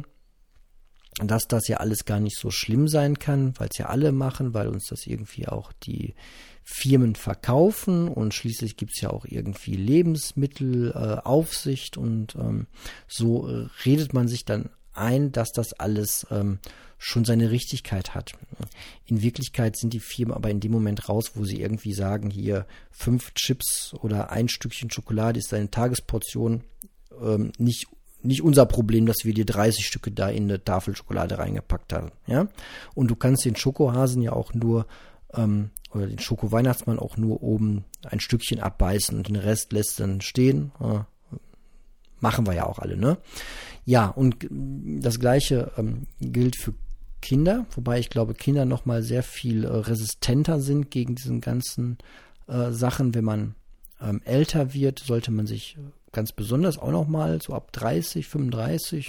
dass das ja alles gar nicht so schlimm sein kann, weil es ja alle machen, weil uns das irgendwie auch die Firmen verkaufen und schließlich gibt es ja auch irgendwie Lebensmittelaufsicht äh, und ähm, so äh, redet man sich dann ein, dass das alles ähm, schon seine Richtigkeit hat. In Wirklichkeit sind die Firmen aber in dem Moment raus, wo sie irgendwie sagen, hier fünf Chips oder ein Stückchen Schokolade ist deine Tagesportion, ähm, nicht Nicht unser Problem, dass wir dir dreißig Stücke da in eine Tafel Schokolade reingepackt haben, ja. Und du kannst den Schokohasen ja auch nur, ähm, oder den Schoko-Weihnachtsmann auch nur oben ein Stückchen abbeißen und den Rest lässt dann stehen. Äh, machen wir ja auch alle, ne? Ja, und das Gleiche ähm, gilt für Kinder, wobei ich glaube, Kinder nochmal sehr viel äh, resistenter sind gegen diesen ganzen äh, Sachen. Wenn man ähm, älter wird, sollte man sich ganz besonders auch nochmal so ab dreißig, fünfunddreißig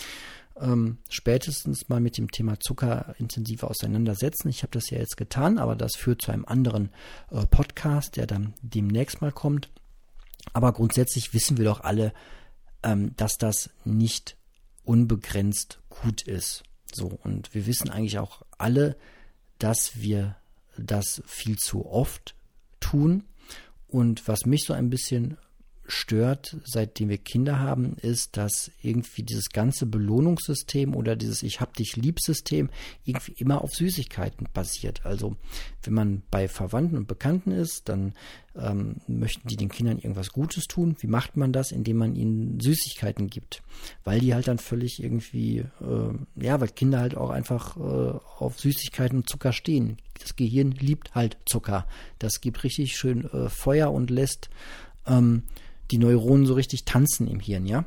ähm, spätestens mal mit dem Thema Zucker intensiver auseinandersetzen. Ich habe das ja jetzt getan, aber das führt zu einem anderen äh, Podcast, der dann demnächst mal kommt. Aber grundsätzlich wissen wir doch alle, ähm, dass das nicht unbegrenzt gut ist. So, und wir wissen eigentlich auch alle, dass wir das viel zu oft tun. Und was mich so ein bisschen stört, seitdem wir Kinder haben, ist, dass irgendwie dieses ganze Belohnungssystem oder dieses Ich hab dich lieb System irgendwie immer auf Süßigkeiten basiert. Also wenn man bei Verwandten und Bekannten ist, dann ähm, möchten die den Kindern irgendwas Gutes tun. Wie macht man das? Indem man ihnen Süßigkeiten gibt. Weil die halt dann völlig irgendwie, äh, ja, weil Kinder halt auch einfach äh, auf Süßigkeiten und Zucker stehen. Das Gehirn liebt halt Zucker. Das gibt richtig schön äh, Feuer und lässt ähm, die Neuronen so richtig tanzen im Hirn, ja.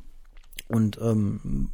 Und ähm,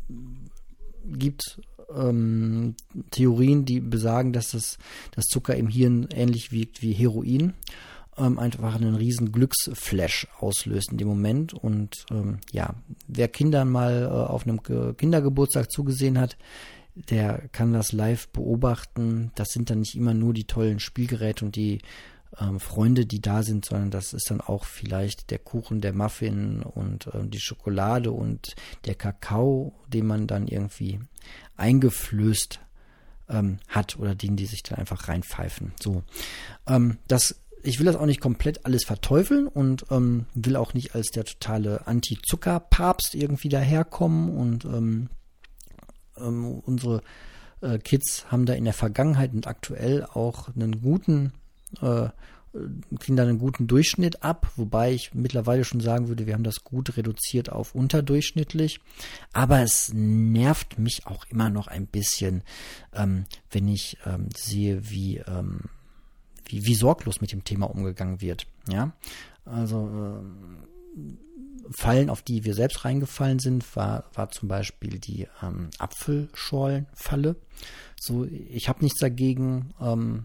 gibt ähm, Theorien, die besagen, dass das, das Zucker im Hirn ähnlich wirkt wie Heroin, ähm, einfach einen riesen Glücksflash auslöst in dem Moment. Und ähm, ja, wer Kindern mal äh, auf einem Ge- Kindergeburtstag zugesehen hat, der kann das live beobachten. Das sind dann nicht immer nur die tollen Spielgeräte und die Ähm, Freunde, die da sind, sondern das ist dann auch vielleicht der Kuchen, der Muffin und äh, die Schokolade und der Kakao, den man dann irgendwie eingeflößt ähm, hat oder den die sich dann einfach reinpfeifen. So, ähm, das, ich will das auch nicht komplett alles verteufeln und ähm, will auch nicht als der totale Anti-Zucker-Papst irgendwie daherkommen und ähm, ähm, unsere äh, Kids haben da in der Vergangenheit und aktuell auch einen guten Äh, kriegen dann einen guten Durchschnitt ab, wobei ich mittlerweile schon sagen würde, wir haben das gut reduziert auf unterdurchschnittlich, aber es nervt mich auch immer noch ein bisschen, ähm, wenn ich ähm, sehe, wie, ähm, wie, wie sorglos mit dem Thema umgegangen wird, ja, also äh, Fallen, auf die wir selbst reingefallen sind, war, war zum Beispiel die ähm, Apfelschorlenfalle. So, ich habe nichts dagegen, ähm,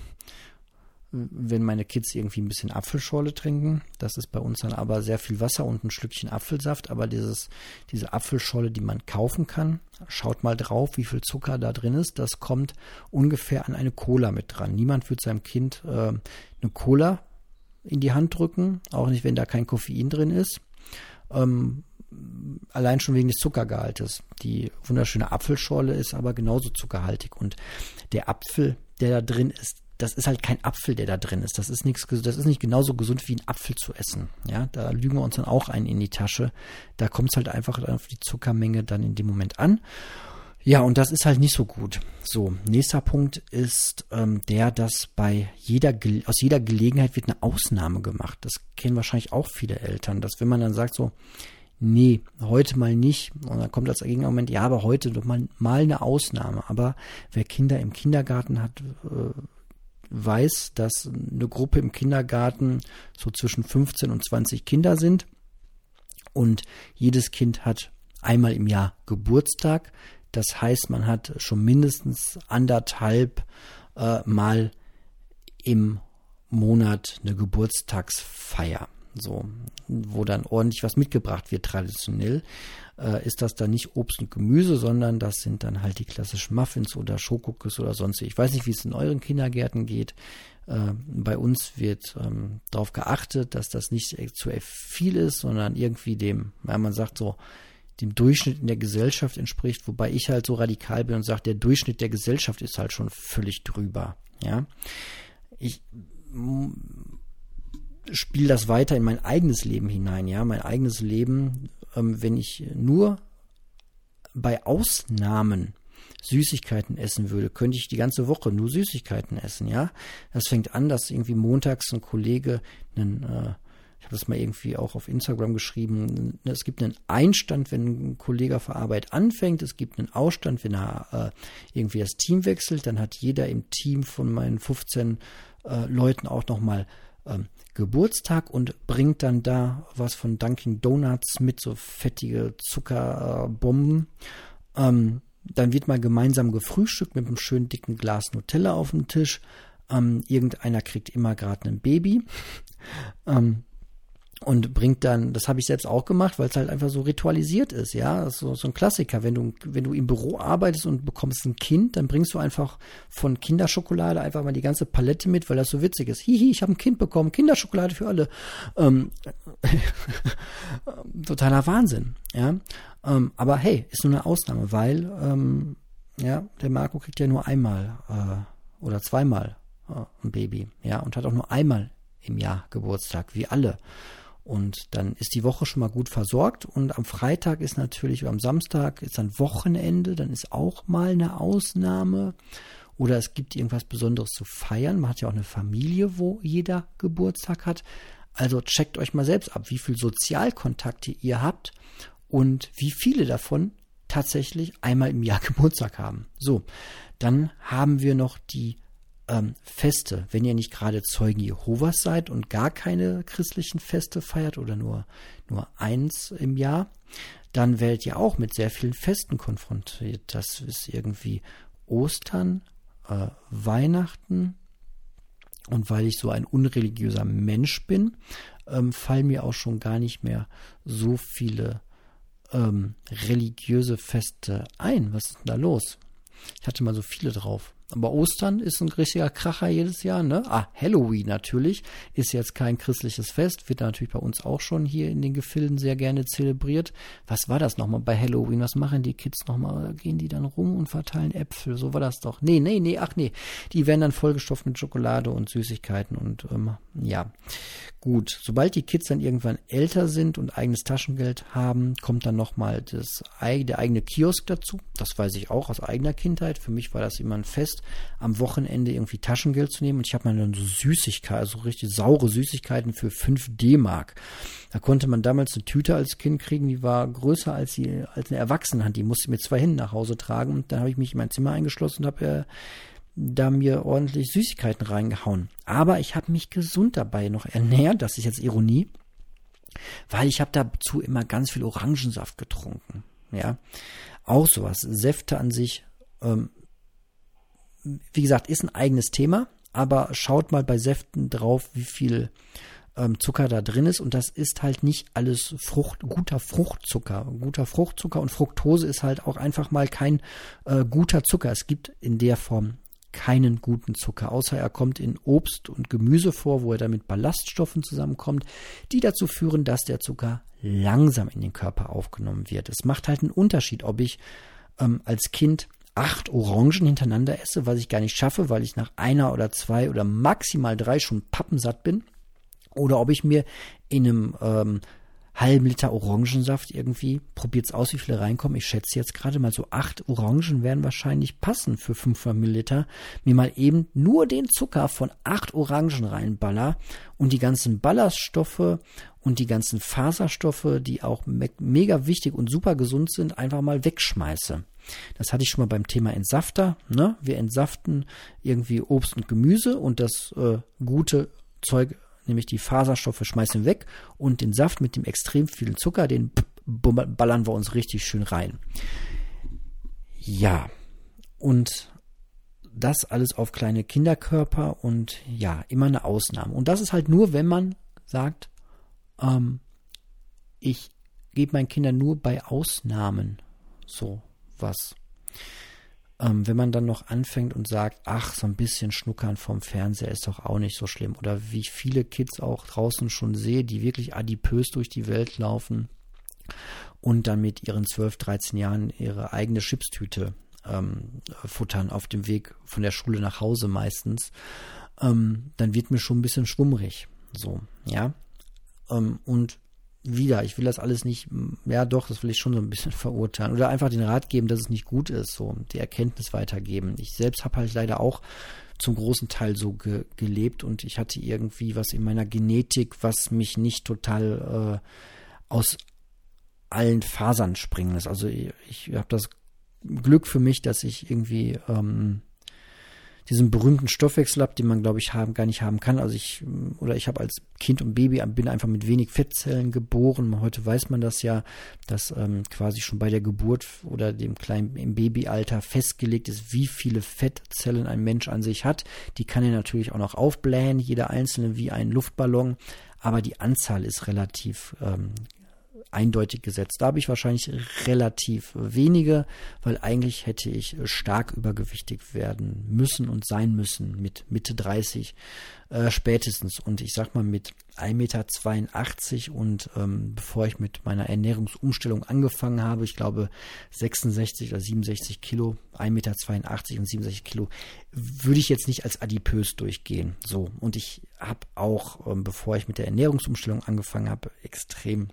wenn meine Kids irgendwie ein bisschen Apfelschorle trinken. Das ist bei uns dann aber sehr viel Wasser und ein Schlückchen Apfelsaft. Aber dieses, diese Apfelschorle, die man kaufen kann, schaut mal drauf, wie viel Zucker da drin ist. Das kommt ungefähr an eine Cola mit dran. Niemand wird seinem Kind äh, eine Cola in die Hand drücken, auch nicht, wenn da kein Koffein drin ist. Ähm, allein schon wegen des Zuckergehaltes. Die wunderschöne Apfelschorle ist aber genauso zuckerhaltig. Und der Apfel, der da drin ist, das ist halt kein Apfel, der da drin ist. Das ist nichts, das ist nicht genauso gesund wie ein Apfel zu essen. Ja, da lügen wir uns dann auch einen in die Tasche. Da kommt es halt einfach auf die Zuckermenge dann in dem Moment an. Ja, und das ist halt nicht so gut. So, nächster Punkt ist ähm, der, dass bei jeder, aus jeder Gelegenheit wird eine Ausnahme gemacht. Das kennen wahrscheinlich auch viele Eltern, dass wenn man dann sagt so, nee, heute mal nicht. Und dann kommt als Gegenargument, ja, aber heute doch mal, mal eine Ausnahme. Aber wer Kinder im Kindergarten hat, äh, weiß, dass eine Gruppe im Kindergarten so zwischen fünfzehn und zwanzig Kinder sind. Und jedes Kind hat einmal im Jahr Geburtstag. Das heißt, man hat schon mindestens anderthalb äh, Mal im Monat eine Geburtstagsfeier. So, wo dann ordentlich was mitgebracht wird, traditionell, äh, ist das dann nicht Obst und Gemüse, sondern das sind dann halt die klassischen Muffins oder Schokoküsse oder sonst. Ich weiß nicht, wie es in euren Kindergärten geht. Äh, bei uns wird ähm, darauf geachtet, dass das nicht zu viel ist, sondern irgendwie dem, ja, man sagt so, dem Durchschnitt in der Gesellschaft entspricht, wobei ich halt so radikal bin und sage, der Durchschnitt der Gesellschaft ist halt schon völlig drüber. Ja, ich spiele das weiter in mein eigenes Leben hinein, ja, mein eigenes Leben, ähm, wenn ich nur bei Ausnahmen Süßigkeiten essen würde, könnte ich die ganze Woche nur Süßigkeiten essen, ja. Das fängt an, dass irgendwie montags ein Kollege einen, äh, ich habe das mal irgendwie auch auf Instagram geschrieben, es gibt einen Einstand, wenn ein Kollege auf der Arbeit anfängt, es gibt einen Ausstand, wenn er äh, irgendwie das Team wechselt, dann hat jeder im Team von meinen fünfzehn äh, Leuten auch nochmal ähm, Geburtstag und bringt dann da was von Dunkin' Donuts mit, so fettige Zuckerbomben. Ähm, dann wird mal gemeinsam gefrühstückt mit einem schönen dicken Glas Nutella auf dem Tisch. Ähm, irgendeiner kriegt immer gerade ein Baby. Ähm, und bringt dann, das habe ich selbst auch gemacht, weil es halt einfach so ritualisiert ist, ja, so, so ein Klassiker, wenn du, wenn du im Büro arbeitest und bekommst ein Kind, dann bringst du einfach von Kinderschokolade einfach mal die ganze Palette mit, weil das so witzig ist. Hihi, ich habe ein Kind bekommen, Kinderschokolade für alle. Ähm, totaler Wahnsinn, ja. Ähm, aber hey, ist nur eine Ausnahme, weil, ähm, ja, der Marco kriegt ja nur einmal äh, oder zweimal äh, ein Baby, ja, und hat auch nur einmal im Jahr Geburtstag, wie alle. Und dann ist die Woche schon mal gut versorgt und am Freitag ist natürlich, oder am Samstag ist dann Wochenende, dann ist auch mal eine Ausnahme oder es gibt irgendwas Besonderes zu feiern. Man hat ja auch eine Familie, wo jeder Geburtstag hat. Also checkt euch mal selbst ab, wie viel Sozialkontakte ihr habt und wie viele davon tatsächlich einmal im Jahr Geburtstag haben. So, dann haben wir noch die Ähm, Feste, wenn ihr nicht gerade Zeugen Jehovas seid und gar keine christlichen Feste feiert oder nur, nur eins im Jahr, dann werdet ihr auch mit sehr vielen Festen konfrontiert. Das ist irgendwie Ostern, äh, Weihnachten und weil ich so ein unreligiöser Mensch bin, ähm, fallen mir auch schon gar nicht mehr so viele ähm, religiöse Feste ein. Was ist denn da los? Ich hatte mal so viele drauf. Aber Ostern ist ein richtiger Kracher jedes Jahr, ne? Ah, Halloween natürlich ist jetzt kein christliches Fest, wird natürlich bei uns auch schon hier in den Gefilden sehr gerne zelebriert. Was war das nochmal bei Halloween? Was machen die Kids nochmal? Gehen die dann rum und verteilen Äpfel? So war das doch. Nee, nee, nee, ach nee. Die werden dann vollgestopft mit Schokolade und Süßigkeiten und ähm, ja, gut. Sobald die Kids dann irgendwann älter sind und eigenes Taschengeld haben, kommt dann nochmal das, der eigene Kiosk dazu. Das weiß ich auch aus eigener Kindheit. Für mich war das immer ein Fest, am Wochenende irgendwie Taschengeld zu nehmen und ich habe mir dann so Süßigkeiten, also richtig saure Süßigkeiten für fünf D-Mark. Da konnte man damals eine Tüte als Kind kriegen, die war größer als, die, als eine Erwachsenenhand, die musste ich mit zwei Händen nach Hause tragen und dann habe ich mich in mein Zimmer eingeschlossen und habe äh, da mir ordentlich Süßigkeiten reingehauen. Aber ich habe mich gesund dabei noch ernährt, das ist jetzt Ironie, weil ich habe dazu immer ganz viel Orangensaft getrunken. Ja, auch sowas, Säfte an sich, ähm, wie gesagt, ist ein eigenes Thema, aber schaut mal bei Säften drauf, wie viel ähm, Zucker da drin ist und das ist halt nicht alles Frucht, guter Fruchtzucker. Guter Fruchtzucker und Fructose ist halt auch einfach mal kein äh, guter Zucker. Es gibt in der Form keinen guten Zucker, außer er kommt in Obst und Gemüse vor, wo er dann mit Ballaststoffen zusammenkommt, die dazu führen, dass der Zucker langsam in den Körper aufgenommen wird. Es macht halt einen Unterschied, ob ich ähm, als Kind acht Orangen hintereinander esse, was ich gar nicht schaffe, weil ich nach einer oder zwei oder maximal drei schon pappensatt bin, oder ob ich mir in einem ähm, halben Liter Orangensaft irgendwie. Probiert's aus, wie viele reinkommen. Ich schätze jetzt gerade mal so acht Orangen werden wahrscheinlich passen für fünfhundert Milliliter. Mir mal eben nur den Zucker von acht Orangen reinballer und die ganzen Ballaststoffe und die ganzen Faserstoffe, die auch me- mega wichtig und super gesund sind, einfach mal wegschmeiße. Das hatte ich schon mal beim Thema Entsafter. Ne? Wir entsaften irgendwie Obst und Gemüse und das äh, gute Zeug, nämlich die Faserstoffe, schmeißen wir weg und den Saft mit dem extrem vielen Zucker, den ballern wir uns richtig schön rein. Ja, und das alles auf kleine Kinderkörper und ja, immer eine Ausnahme. Und das ist halt nur, wenn man sagt, ähm, ich gebe meinen Kindern nur bei Ausnahmen so was. Ähm, wenn man dann noch anfängt und sagt, ach, so ein bisschen Schnuckern vom Fernseher ist doch auch nicht so schlimm. Oder wie ich viele Kids auch draußen schon sehe, die wirklich adipös durch die Welt laufen und dann mit ihren zwölf, dreizehn Jahren ihre eigene Chipstüte ähm, futtern auf dem Weg von der Schule nach Hause meistens, ähm, dann wird mir schon ein bisschen schwummrig. So, ja. Ähm, und wieder, ich will das alles nicht, ja doch, das will ich schon so ein bisschen verurteilen. Oder einfach den Rat geben, dass es nicht gut ist, so die Erkenntnis weitergeben. Ich selbst habe halt leider auch zum großen Teil so ge- gelebt und ich hatte irgendwie was in meiner Genetik, was mich nicht total äh, aus allen Fasern springen lässt. Also ich, ich habe das Glück für mich, dass ich irgendwie ähm, diesen berühmten Stoffwechsel habe, den man, glaube ich, haben, gar nicht haben kann. Also ich, oder ich habe als Kind und Baby, bin einfach mit wenig Fettzellen geboren. Heute weiß man das ja, dass ähm, quasi schon bei der Geburt oder dem kleinen, im Babyalter festgelegt ist, wie viele Fettzellen ein Mensch an sich hat. Die kann er natürlich auch noch aufblähen, jeder einzelne wie ein Luftballon. Aber die Anzahl ist relativ ähm, eindeutig gesetzt. Da habe ich wahrscheinlich relativ wenige, weil eigentlich hätte ich stark übergewichtig werden müssen und sein müssen mit Mitte dreißig äh, spätestens. Und ich sag mal mit ein Meter zweiundachtzig und ähm, bevor ich mit meiner Ernährungsumstellung angefangen habe, ich glaube sechsundsechzig oder siebenundsechzig Kilo, ein Meter zweiundachtzig und siebenundsechzig Kilo, würde ich jetzt nicht als adipös durchgehen. So, und ich habe auch, ähm, bevor ich mit der Ernährungsumstellung angefangen habe, extrem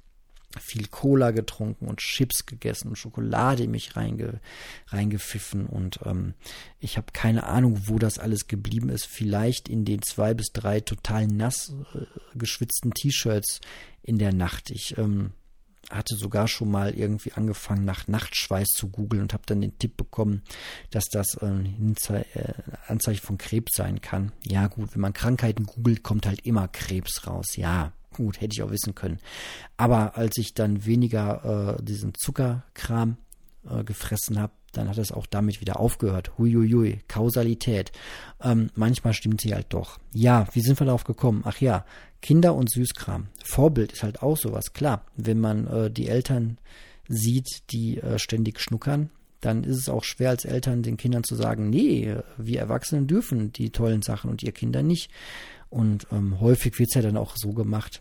viel Cola getrunken und Chips gegessen und Schokolade in mich reinge, reingepfiffen und ähm, ich habe keine Ahnung, wo das alles geblieben ist. Vielleicht in den zwei bis drei total nass äh, geschwitzten T-Shirts in der Nacht. Ich ähm, hatte sogar schon mal irgendwie angefangen, nach Nachtschweiß zu googeln und habe dann den Tipp bekommen, dass das äh, ein Ze- äh, Anzeichen von Krebs sein kann. Ja gut, wenn man Krankheiten googelt, kommt halt immer Krebs raus. Ja, gut, hätte ich auch wissen können. Aber als ich dann weniger äh, diesen Zuckerkram äh, gefressen habe, dann hat es auch damit wieder aufgehört. Huiuiui, Kausalität. Ähm, manchmal stimmt sie halt doch. Ja, wie sind wir darauf gekommen? Ach ja, Kinder und Süßkram. Vorbild ist halt auch sowas. Klar, wenn man äh, die Eltern sieht, die äh, ständig schnuckern, dann ist es auch schwer als Eltern den Kindern zu sagen, nee, wir Erwachsenen dürfen die tollen Sachen und ihr Kinder nicht. Und ähm, häufig wird es ja dann auch so gemacht,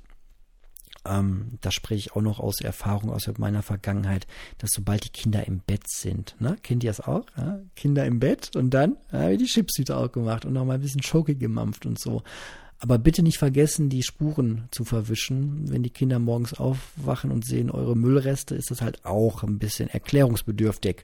ähm, da spreche ich auch noch aus Erfahrung, aus meiner Vergangenheit, dass sobald die Kinder im Bett sind, ne, kennt ihr das auch? Ja? Kinder im Bett und dann ja, wird die Chipstüte auch gemacht und noch mal ein bisschen Schoki gemampft und so. Aber bitte nicht vergessen, die Spuren zu verwischen. Wenn die Kinder morgens aufwachen und sehen eure Müllreste, ist das halt auch ein bisschen erklärungsbedürftig.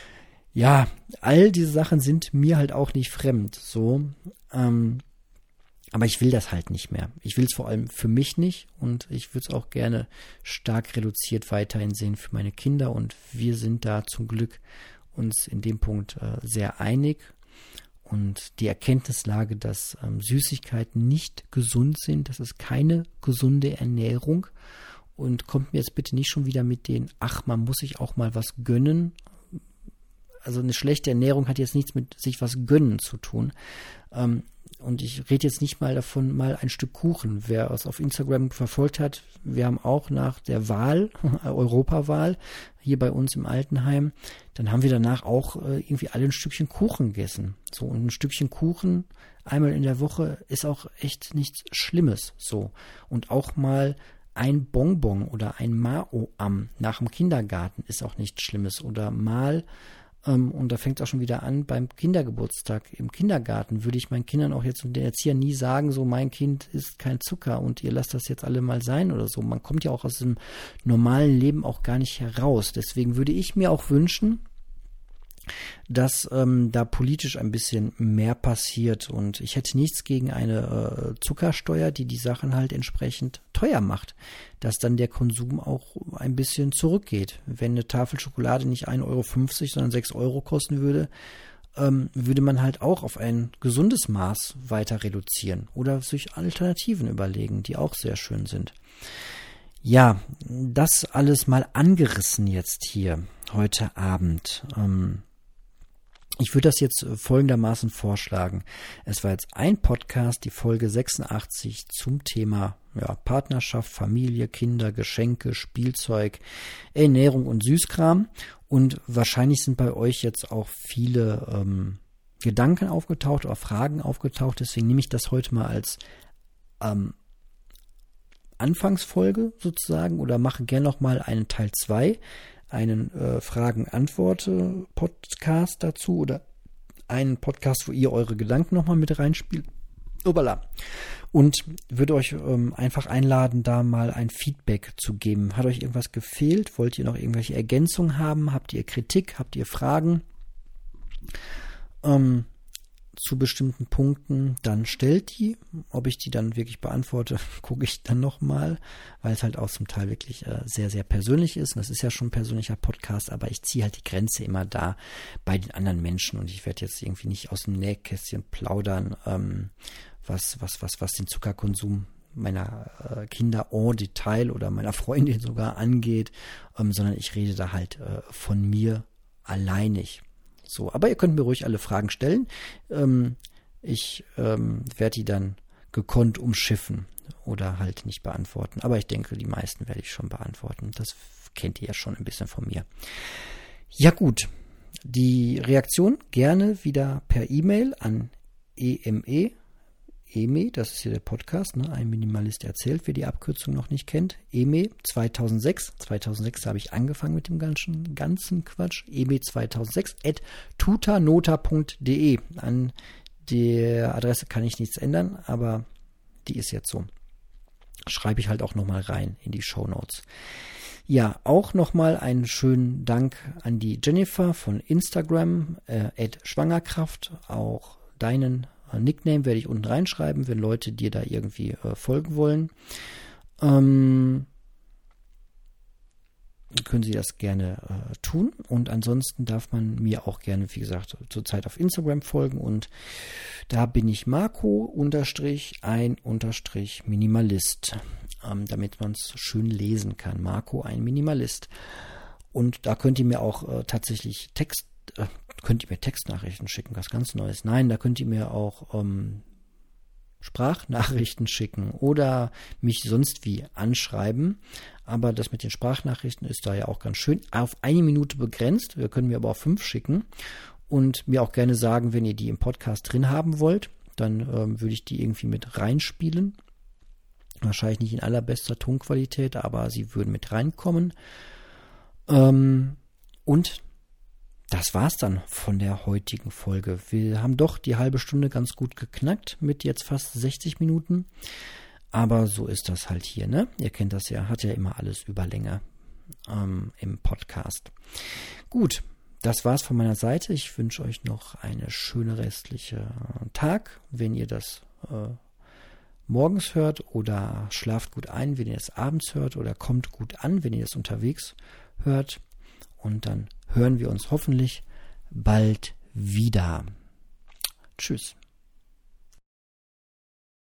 Ja, all diese Sachen sind mir halt auch nicht fremd, so, ähm, aber ich will das halt nicht mehr. Ich will es vor allem für mich nicht und ich würde es auch gerne stark reduziert weiterhin sehen für meine Kinder und wir sind da zum Glück uns in dem Punkt äh, sehr einig und die Erkenntnislage, dass ähm, Süßigkeiten nicht gesund sind, das ist keine gesunde Ernährung und kommt mir jetzt bitte nicht schon wieder mit den, ach, man muss sich auch mal was gönnen. Also eine schlechte Ernährung hat jetzt nichts mit sich was gönnen zu tun. Ähm, Und ich rede jetzt nicht mal davon, mal ein Stück Kuchen. Wer es auf Instagram verfolgt hat, wir haben auch nach der Wahl, Europawahl, hier bei uns im Altenheim, dann haben wir danach auch äh, irgendwie alle ein Stückchen Kuchen gegessen. So, und ein Stückchen Kuchen einmal in der Woche ist auch echt nichts Schlimmes. So, und auch mal ein Bonbon oder ein Mao-Am nach dem Kindergarten ist auch nichts Schlimmes. Oder mal Ähm, und da fängt es auch schon wieder an beim Kindergeburtstag. Im Kindergarten würde ich meinen Kindern auch jetzt und den Erziehern nie sagen, so mein Kind isst kein Zucker und ihr lasst das jetzt alle mal sein oder so. Man kommt ja auch aus dem normalen Leben auch gar nicht heraus. Deswegen würde ich mir auch wünschen, dass ähm, da politisch ein bisschen mehr passiert und ich hätte nichts gegen eine äh, Zuckersteuer, die die Sachen halt entsprechend teuer macht, dass dann der Konsum auch ein bisschen zurückgeht. Wenn eine Tafel Schokolade nicht ein Euro fünfzig, sondern sechs Euro kosten würde, ähm, würde man halt auch auf ein gesundes Maß weiter reduzieren oder sich Alternativen überlegen, die auch sehr schön sind. Ja, das alles mal angerissen jetzt hier heute Abend. Ähm, Ich würde das jetzt folgendermaßen vorschlagen. Es war jetzt ein Podcast, die Folge sechsundachtzig zum Thema ja, Partnerschaft, Familie, Kinder, Geschenke, Spielzeug, Ernährung und Süßkram. Und wahrscheinlich sind bei euch jetzt auch viele ähm, Gedanken aufgetaucht oder Fragen aufgetaucht. Deswegen nehme ich das heute mal als ähm, Anfangsfolge sozusagen oder mache gerne noch mal einen Teil zwei. einen äh, Fragen-Antwort-Podcast dazu oder einen Podcast, wo ihr eure Gedanken nochmal mit reinspielt. Obala. Und würde euch ähm, einfach einladen, da mal ein Feedback zu geben. Hat euch irgendwas gefehlt? Wollt ihr noch irgendwelche Ergänzungen haben? Habt ihr Kritik? Habt ihr Fragen? Ähm, zu bestimmten Punkten, dann stellt die. Ob ich die dann wirklich beantworte, gucke ich dann nochmal, weil es halt auch zum Teil wirklich äh, sehr, sehr persönlich ist. Und das ist ja schon ein persönlicher Podcast, aber ich ziehe halt die Grenze immer da bei den anderen Menschen und ich werde jetzt irgendwie nicht aus dem Nähkästchen plaudern, ähm, was, was, was, was den Zuckerkonsum meiner äh, Kinder en Detail oder meiner Freundin sogar angeht, ähm, sondern ich rede da halt äh, von mir alleinig. So, aber ihr könnt mir ruhig alle Fragen stellen. Ähm, ich ähm, werde die dann gekonnt umschiffen oder halt nicht beantworten. Aber ich denke, die meisten werde ich schon beantworten. Das kennt ihr ja schon ein bisschen von mir. Ja gut, die Reaktion gerne wieder per E-Mail an eme, eme, das ist hier der Podcast, ne? Ein Minimalist erzählt, wer die Abkürzung noch nicht kennt. eme zweitausendsechs, zweitausendsechs habe ich angefangen mit dem ganzen, ganzen Quatsch. eme zweitausendsechs at tutanota punkt de. An der Adresse kann ich nichts ändern, aber die ist jetzt so. Schreibe ich halt auch nochmal rein in die Shownotes. Ja, auch nochmal einen schönen Dank an die Jennifer von Instagram, äh, at Schwangerkraft, auch deinen Nickname werde ich unten reinschreiben, wenn Leute dir da irgendwie äh, folgen wollen. Ähm, können sie das gerne äh, tun. Und ansonsten darf man mir auch gerne, wie gesagt, zurzeit auf Instagram folgen. Und da bin ich Marco unterstrich ein unterstrich Minimalist, ähm, damit man es schön lesen kann. Marco ein Minimalist. Und da könnt ihr mir auch äh, tatsächlich Text äh, könnt ihr mir Textnachrichten schicken, was ganz Neues. Nein, da könnt ihr mir auch ähm, Sprachnachrichten schicken oder mich sonst wie anschreiben. Aber das mit den Sprachnachrichten ist da ja auch ganz schön. Auf eine Minute begrenzt. Wir können mir aber auch fünf schicken. Und mir auch gerne sagen, wenn ihr die im Podcast drin haben wollt, dann ähm, würde ich die irgendwie mit reinspielen. Wahrscheinlich nicht in allerbester Tonqualität, aber sie würden mit reinkommen. Ähm, und das war's dann von der heutigen Folge. Wir haben doch die halbe Stunde ganz gut geknackt mit jetzt fast sechzig Minuten. Aber so ist das halt hier, ne? Ihr kennt das ja, hat ja immer alles Überlänge ähm, im Podcast. Gut, das war's von meiner Seite. Ich wünsche euch noch eine schöne restliche Tag, wenn ihr das äh, morgens hört oder schlaft gut ein, wenn ihr es abends hört oder kommt gut an, wenn ihr es unterwegs hört. Und dann hören wir uns hoffentlich bald wieder. Tschüss.